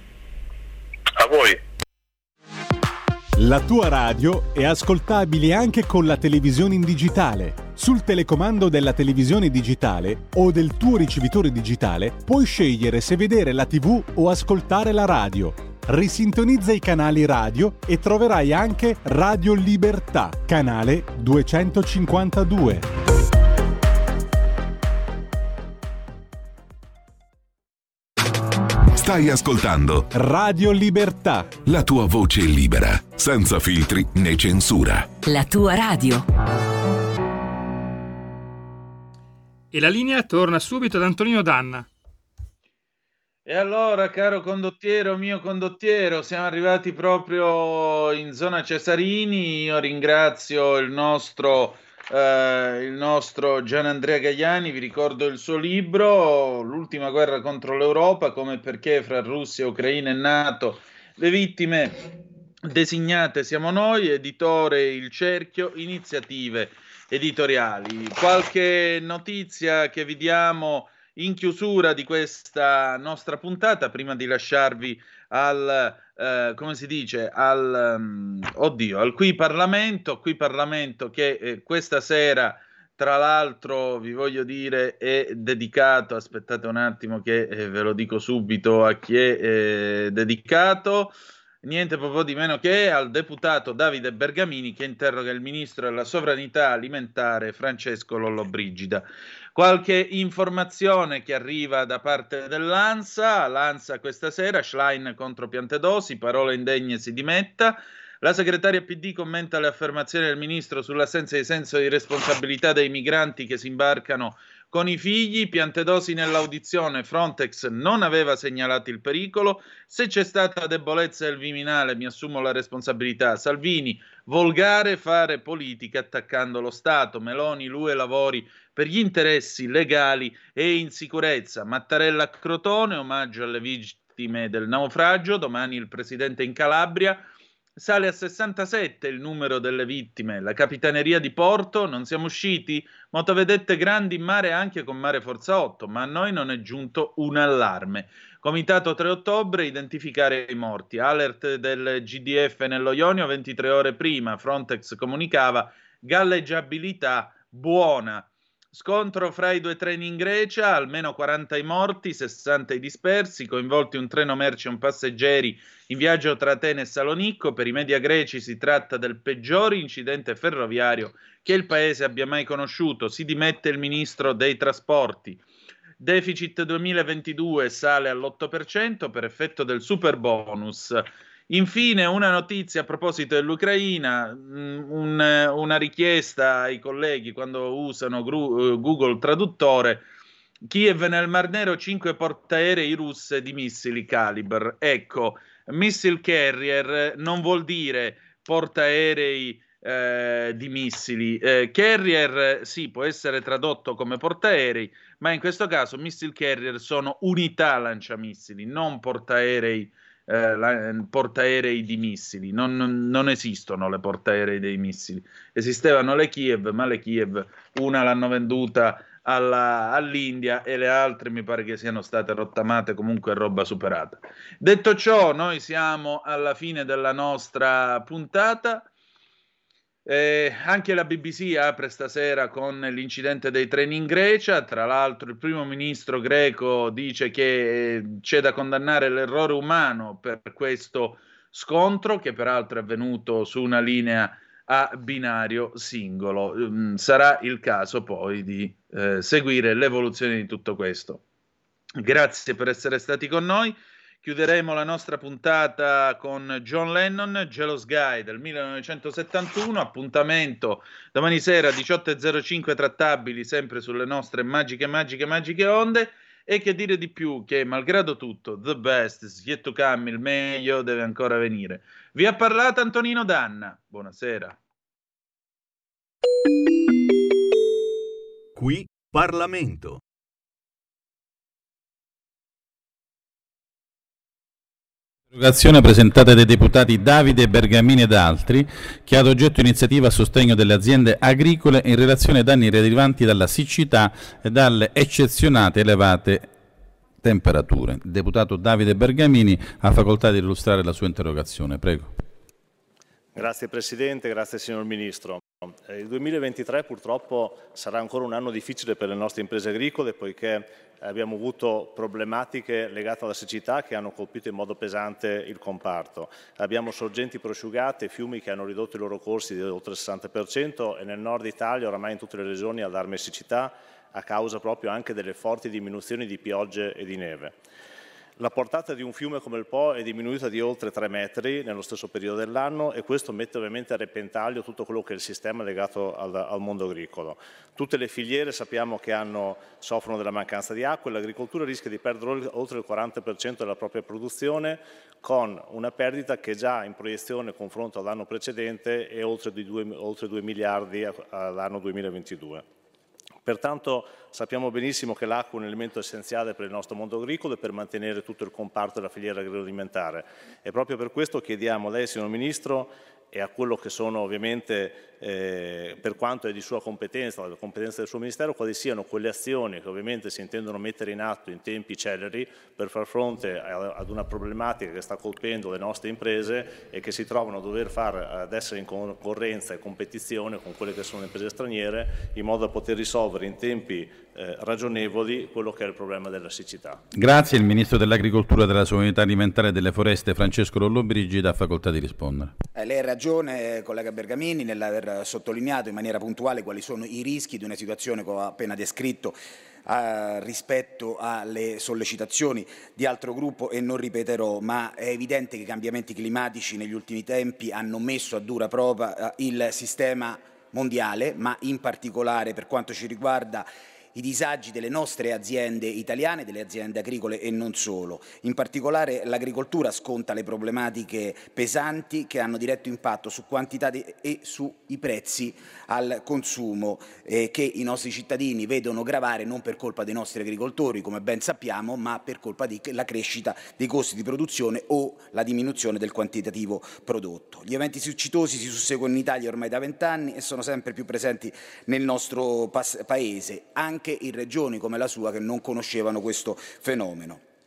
A voi. La tua radio è ascoltabile anche con la televisione in digitale. Sul telecomando della televisione digitale o del tuo ricevitore digitale puoi scegliere se vedere la tivù o ascoltare la radio. Risintonizza i canali radio e troverai anche Radio Libertà, canale duecentocinquantadue. Stai ascoltando Radio Libertà, la tua voce libera, senza filtri né censura. La tua radio. E la linea torna subito ad Antonino Danna. E allora, caro condottiero, mio condottiero, siamo arrivati proprio in zona Cesarini. Io ringrazio il nostro, eh, il nostro Gianandrea Gaiani, vi ricordo il suo libro, L'ultima guerra contro l'Europa, come e perché fra Russia, Ucraina e NATO le vittime designate siamo noi, editore Il Cerchio, iniziative editoriali. Qualche notizia che vi diamo in chiusura di questa nostra puntata, prima di lasciarvi al, eh, come si dice, al, um, oddio, al Qui Parlamento, Qui Parlamento che eh, questa sera, tra l'altro, vi voglio dire, è dedicato, aspettate un attimo che eh, ve lo dico subito a chi è eh, dedicato, niente proprio di meno che al deputato Davide Bergamini, che interroga il ministro della sovranità alimentare Francesco Lollobrigida. Qualche informazione che arriva da parte dell'ANSA, l'ANSA questa sera, Schlein contro Piantedosi, parole indegne si dimetta. La segretaria P D commenta le affermazioni del ministro sull'assenza di senso di responsabilità dei migranti che si imbarcano con i figli. Piantedosi nell'audizione: Frontex non aveva segnalato il pericolo, se c'è stata debolezza del Viminale mi assumo la responsabilità. Salvini: volgare fare politica attaccando lo Stato. Meloni: l'U E lavori per gli interessi legali e in sicurezza. Mattarella a Crotone: omaggio alle vittime del naufragio, domani il presidente in Calabria. Sale a sessantasette il numero delle vittime. La Capitaneria di Porto: non siamo usciti? Motovedette grandi in mare anche con Mare Forza otto, ma a noi non è giunto un allarme. Comitato tre ottobre, identificare i morti. Alert del G D F nello Ionio ventitré ore prima. Frontex comunicava galleggiabilità buona. Scontro fra i due treni in Grecia, almeno quaranta i morti, sessanta i dispersi, coinvolti un treno merci e un passeggeri in viaggio tra Atene e Salonicco. Per i media greci si tratta del peggior incidente ferroviario che il paese abbia mai conosciuto. Si dimette il ministro dei trasporti. Deficit duemilaventidue sale all'otto per cento per effetto del super bonus. Infine una notizia a proposito dell'Ucraina, un, una richiesta ai colleghi quando usano gru, Google Traduttore. Kiev nel Mar Nero, cinque portaerei russe di missili Kalibr. Ecco, missile carrier non vuol dire portaerei eh, di missili. Eh, carrier sì, può essere tradotto come portaerei, ma in questo caso missile carrier sono unità lanciamissili, non portaerei Eh, la, portaerei di missili. Non, non, non esistono le portaerei dei missili. Esistevano le Kiev, ma le Kiev una l'hanno venduta alla, all'India e le altre mi pare che siano state rottamate, comunque roba superata. Detto ciò, noi siamo alla fine della nostra puntata. Eh, anche la B B C apre stasera con l'incidente dei treni in Grecia. Tra l'altro il primo ministro greco dice che c'è da condannare l'errore umano per questo scontro, che peraltro è avvenuto su una linea a binario singolo. Mm, sarà il caso poi di eh, seguire l'evoluzione di tutto questo. Grazie per essere stati con noi. Chiuderemo la nostra puntata con John Lennon, Jealous Guy del millenovecentosettantuno. Appuntamento domani sera diciotto e zero cinque trattabili sempre sulle nostre magiche, magiche, magiche onde. E che dire di più che, malgrado tutto, the best is yet to come, il meglio deve ancora venire. Vi ha parlato Antonino Danna. Buonasera. Qui Parlamento. Interrogazione presentata dai deputati Davide Bergamini ed altri, che ha ad oggetto iniziativa a sostegno delle aziende agricole in relazione ai danni derivanti dalla siccità e dalle eccezionate elevate temperature. Il deputato Davide Bergamini ha facoltà di illustrare la sua interrogazione. Prego. Grazie Presidente, grazie signor Ministro. Il duemilaventitré purtroppo sarà ancora un anno difficile per le nostre imprese agricole, poiché abbiamo avuto problematiche legate alla siccità che hanno colpito in modo pesante il comparto. Abbiamo sorgenti prosciugate, fiumi che hanno ridotto i loro corsi di oltre il sessanta per cento e nel nord Italia, oramai in tutte le regioni, allarme siccità a causa proprio anche delle forti diminuzioni di piogge e di neve. La portata di un fiume come il Po è diminuita di oltre tre metri nello stesso periodo dell'anno e questo mette ovviamente a repentaglio tutto quello che è il sistema legato al, al mondo agricolo. Tutte le filiere sappiamo che hanno, soffrono della mancanza di acqua e l'agricoltura rischia di perdere oltre il quaranta per cento della propria produzione, con una perdita che già in proiezione confronto all'anno precedente è oltre di due, oltre due miliardi all'anno duemilaventidue. Pertanto sappiamo benissimo che l'acqua è un elemento essenziale per il nostro mondo agricolo e per mantenere tutto il comparto della filiera agroalimentare. E proprio per questo chiediamo a lei, signor Ministro, e a quello che sono ovviamente, eh, per quanto è di sua competenza, la competenza del suo Ministero, quali siano quelle azioni che ovviamente si intendono mettere in atto in tempi celeri per far fronte a, ad una problematica che sta colpendo le nostre imprese e che si trovano a dover far, ad essere in concorrenza e competizione con quelle che sono le imprese straniere, in modo da poter risolvere in tempi eh, ragionevoli quello che è il problema della siccità. Grazie. Il Ministro dell'Agricoltura, della Sovranità Alimentare e delle Foreste, Francesco Lollobrigida, ha facoltà di rispondere. Eh, lei ha ragione, collega Bergamini, nell'aver sottolineato in maniera puntuale quali sono i rischi di una situazione che ho appena descritto eh, rispetto alle sollecitazioni di altro gruppo e non ripeterò, ma è evidente che i cambiamenti climatici negli ultimi tempi hanno messo a dura prova eh, il sistema mondiale, ma in particolare per quanto ci riguarda i disagi delle nostre aziende italiane, delle aziende agricole e non solo. In particolare l'agricoltura sconta le problematiche pesanti che hanno diretto impatto su quantità e sui prezzi al consumo eh, che i nostri cittadini vedono gravare non per colpa dei nostri agricoltori, come ben sappiamo, ma per colpa della crescita dei costi di produzione o la diminuzione del quantitativo prodotto. Gli eventi siccitosi si susseguono in Italia ormai da vent'anni e sono sempre più presenti nel nostro Paese, anche in regioni come la sua che non conoscevano questo fenomeno.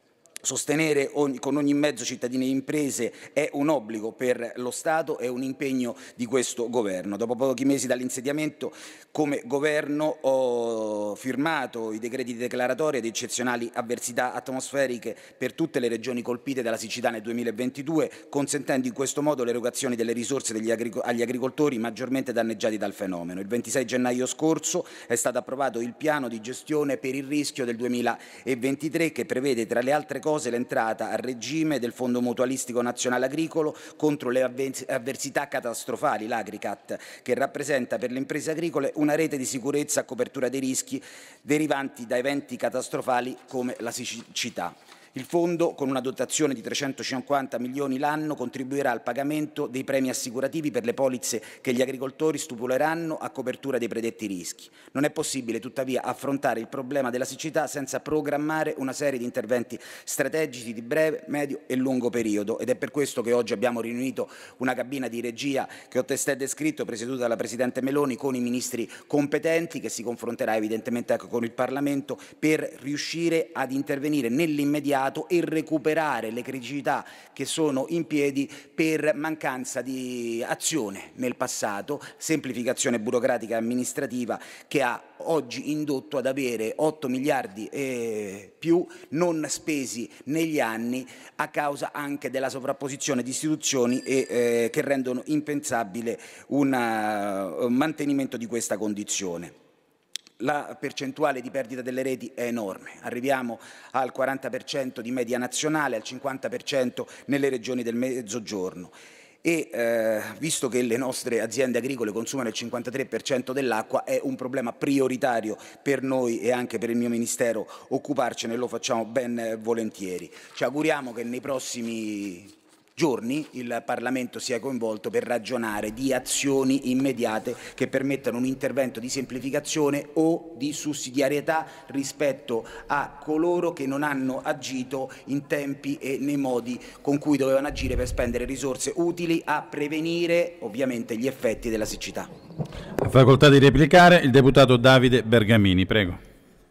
Sostenere ogni, con ogni mezzo cittadini e imprese è un obbligo per lo Stato, è un impegno di questo Governo. Dopo pochi mesi dall'insediamento, come Governo ho firmato i decreti di declaratoria di eccezionali avversità atmosferiche per tutte le regioni colpite dalla siccità nel duemilaventidue, consentendo in questo modo l'erogazione delle risorse degli agric- agli agricoltori maggiormente danneggiati dal fenomeno. Il ventisei gennaio scorso è stato approvato il piano di gestione per il rischio del duemilaventitré, che prevede, tra le altre cose, l'entrata a regime del Fondo Mutualistico Nazionale Agricolo contro le avversità catastrofali, l'Agricat, che rappresenta per le imprese agricole una rete di sicurezza a copertura dei rischi derivanti da eventi catastrofali come la siccità. Il fondo, con una dotazione di trecentocinquanta milioni l'anno, contribuirà al pagamento dei premi assicurativi per le polizze che gli agricoltori stipuleranno a copertura dei predetti rischi. Non è possibile, tuttavia, affrontare il problema della siccità senza programmare una serie di interventi strategici di breve, medio e lungo periodo, ed è per questo che oggi abbiamo riunito una cabina di regia che ho testé descritto, presieduta dalla Presidente Meloni, con i ministri competenti, che si confronterà evidentemente anche con il Parlamento, per riuscire ad intervenire nell'immediato e recuperare le criticità che sono in piedi per mancanza di azione nel passato, semplificazione burocratica e amministrativa che ha oggi indotto ad avere otto miliardi e più non spesi negli anni, a causa anche della sovrapposizione di istituzioni e, eh, che rendono impensabile un uh, mantenimento di questa condizione. La percentuale di perdita delle reti è enorme, arriviamo al quaranta per cento di media nazionale, al cinquanta per cento nelle regioni del Mezzogiorno e eh, visto che le nostre aziende agricole consumano il cinquantatré per cento dell'acqua, è un problema prioritario per noi e anche per il mio Ministero occuparcene, e lo facciamo ben volentieri. Ci auguriamo che nei prossimi giorni il Parlamento sia coinvolto per ragionare di azioni immediate che permettano un intervento di semplificazione o di sussidiarietà rispetto a coloro che non hanno agito in tempi e nei modi con cui dovevano agire per spendere risorse utili a prevenire ovviamente gli effetti della siccità. Ha facoltà di replicare il deputato Davide Bergamini, prego.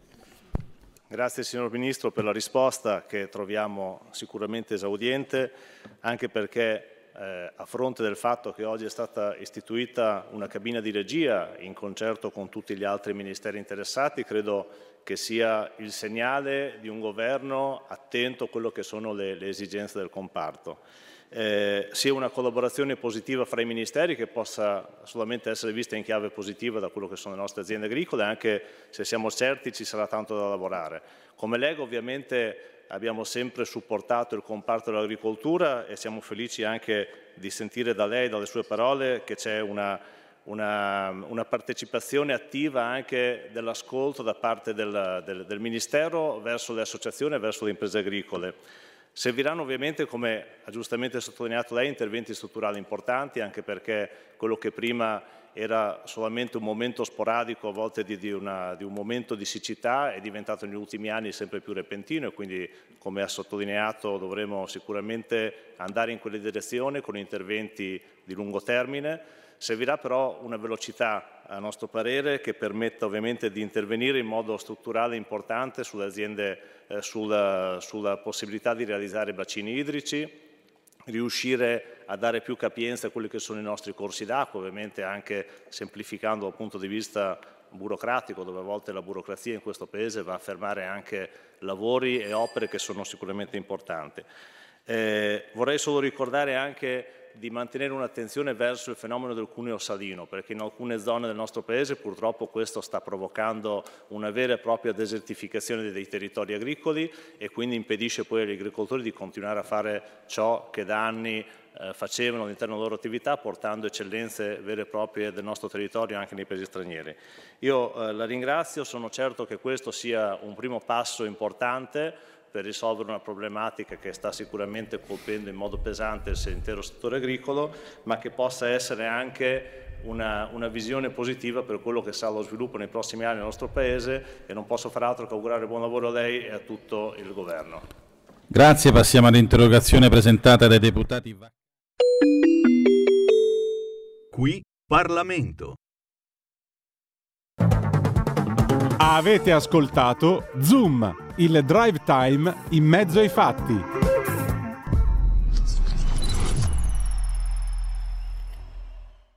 Grazie signor Ministro per la risposta, che troviamo sicuramente esaudiente, anche perché eh, a fronte del fatto che oggi è stata istituita una cabina di regia in concerto con tutti gli altri ministeri interessati, credo che sia il segnale di un governo attento a quello che sono le, le esigenze del comparto. Eh, sia una collaborazione positiva fra i ministeri che possa solamente essere vista in chiave positiva da quello che sono le nostre aziende agricole, anche se siamo certi ci sarà tanto da lavorare. Come Lega ovviamente abbiamo sempre supportato il comparto dell'agricoltura e siamo felici anche di sentire da lei, dalle sue parole, che c'è una, una, una partecipazione attiva anche dell'ascolto da parte del, del, del Ministero verso le associazioni e verso le imprese agricole. Serviranno ovviamente, come ha giustamente sottolineato lei, interventi strutturali importanti, anche perché quello che prima era solamente un momento sporadico, a volte di, di, una, di un momento di siccità, è diventato negli ultimi anni sempre più repentino e quindi, come ha sottolineato, dovremo sicuramente andare in quella direzione con interventi di lungo termine. Servirà però una velocità, a nostro parere, che permetta ovviamente di intervenire in modo strutturale importante sulle aziende, eh, sulla, sulla possibilità di realizzare bacini idrici, riuscire a dare più capienza a quelli che sono i nostri corsi d'acqua, ovviamente anche semplificando dal punto di vista burocratico, dove a volte la burocrazia in questo Paese va a fermare anche lavori e opere che sono sicuramente importanti. Eh, vorrei solo ricordare anche di mantenere un'attenzione verso il fenomeno del cuneo salino, perché in alcune zone del nostro Paese purtroppo questo sta provocando una vera e propria desertificazione dei territori agricoli e quindi impedisce poi agli agricoltori di continuare a fare ciò che da anni eh, facevano all'interno della loro attività, portando eccellenze vere e proprie del nostro territorio anche nei paesi stranieri. Io eh, la ringrazio, sono certo che questo sia un primo passo importante per risolvere una problematica che sta sicuramente colpendo in modo pesante l'intero settore agricolo, ma che possa essere anche una, una visione positiva per quello che sarà lo sviluppo nei prossimi anni nel nostro Paese, e non posso far altro che augurare buon lavoro a lei e a tutto il Governo. Grazie, passiamo all'interrogazione presentata dai deputati. Qui Parlamento. Avete ascoltato Zoom, il drive time in mezzo ai fatti.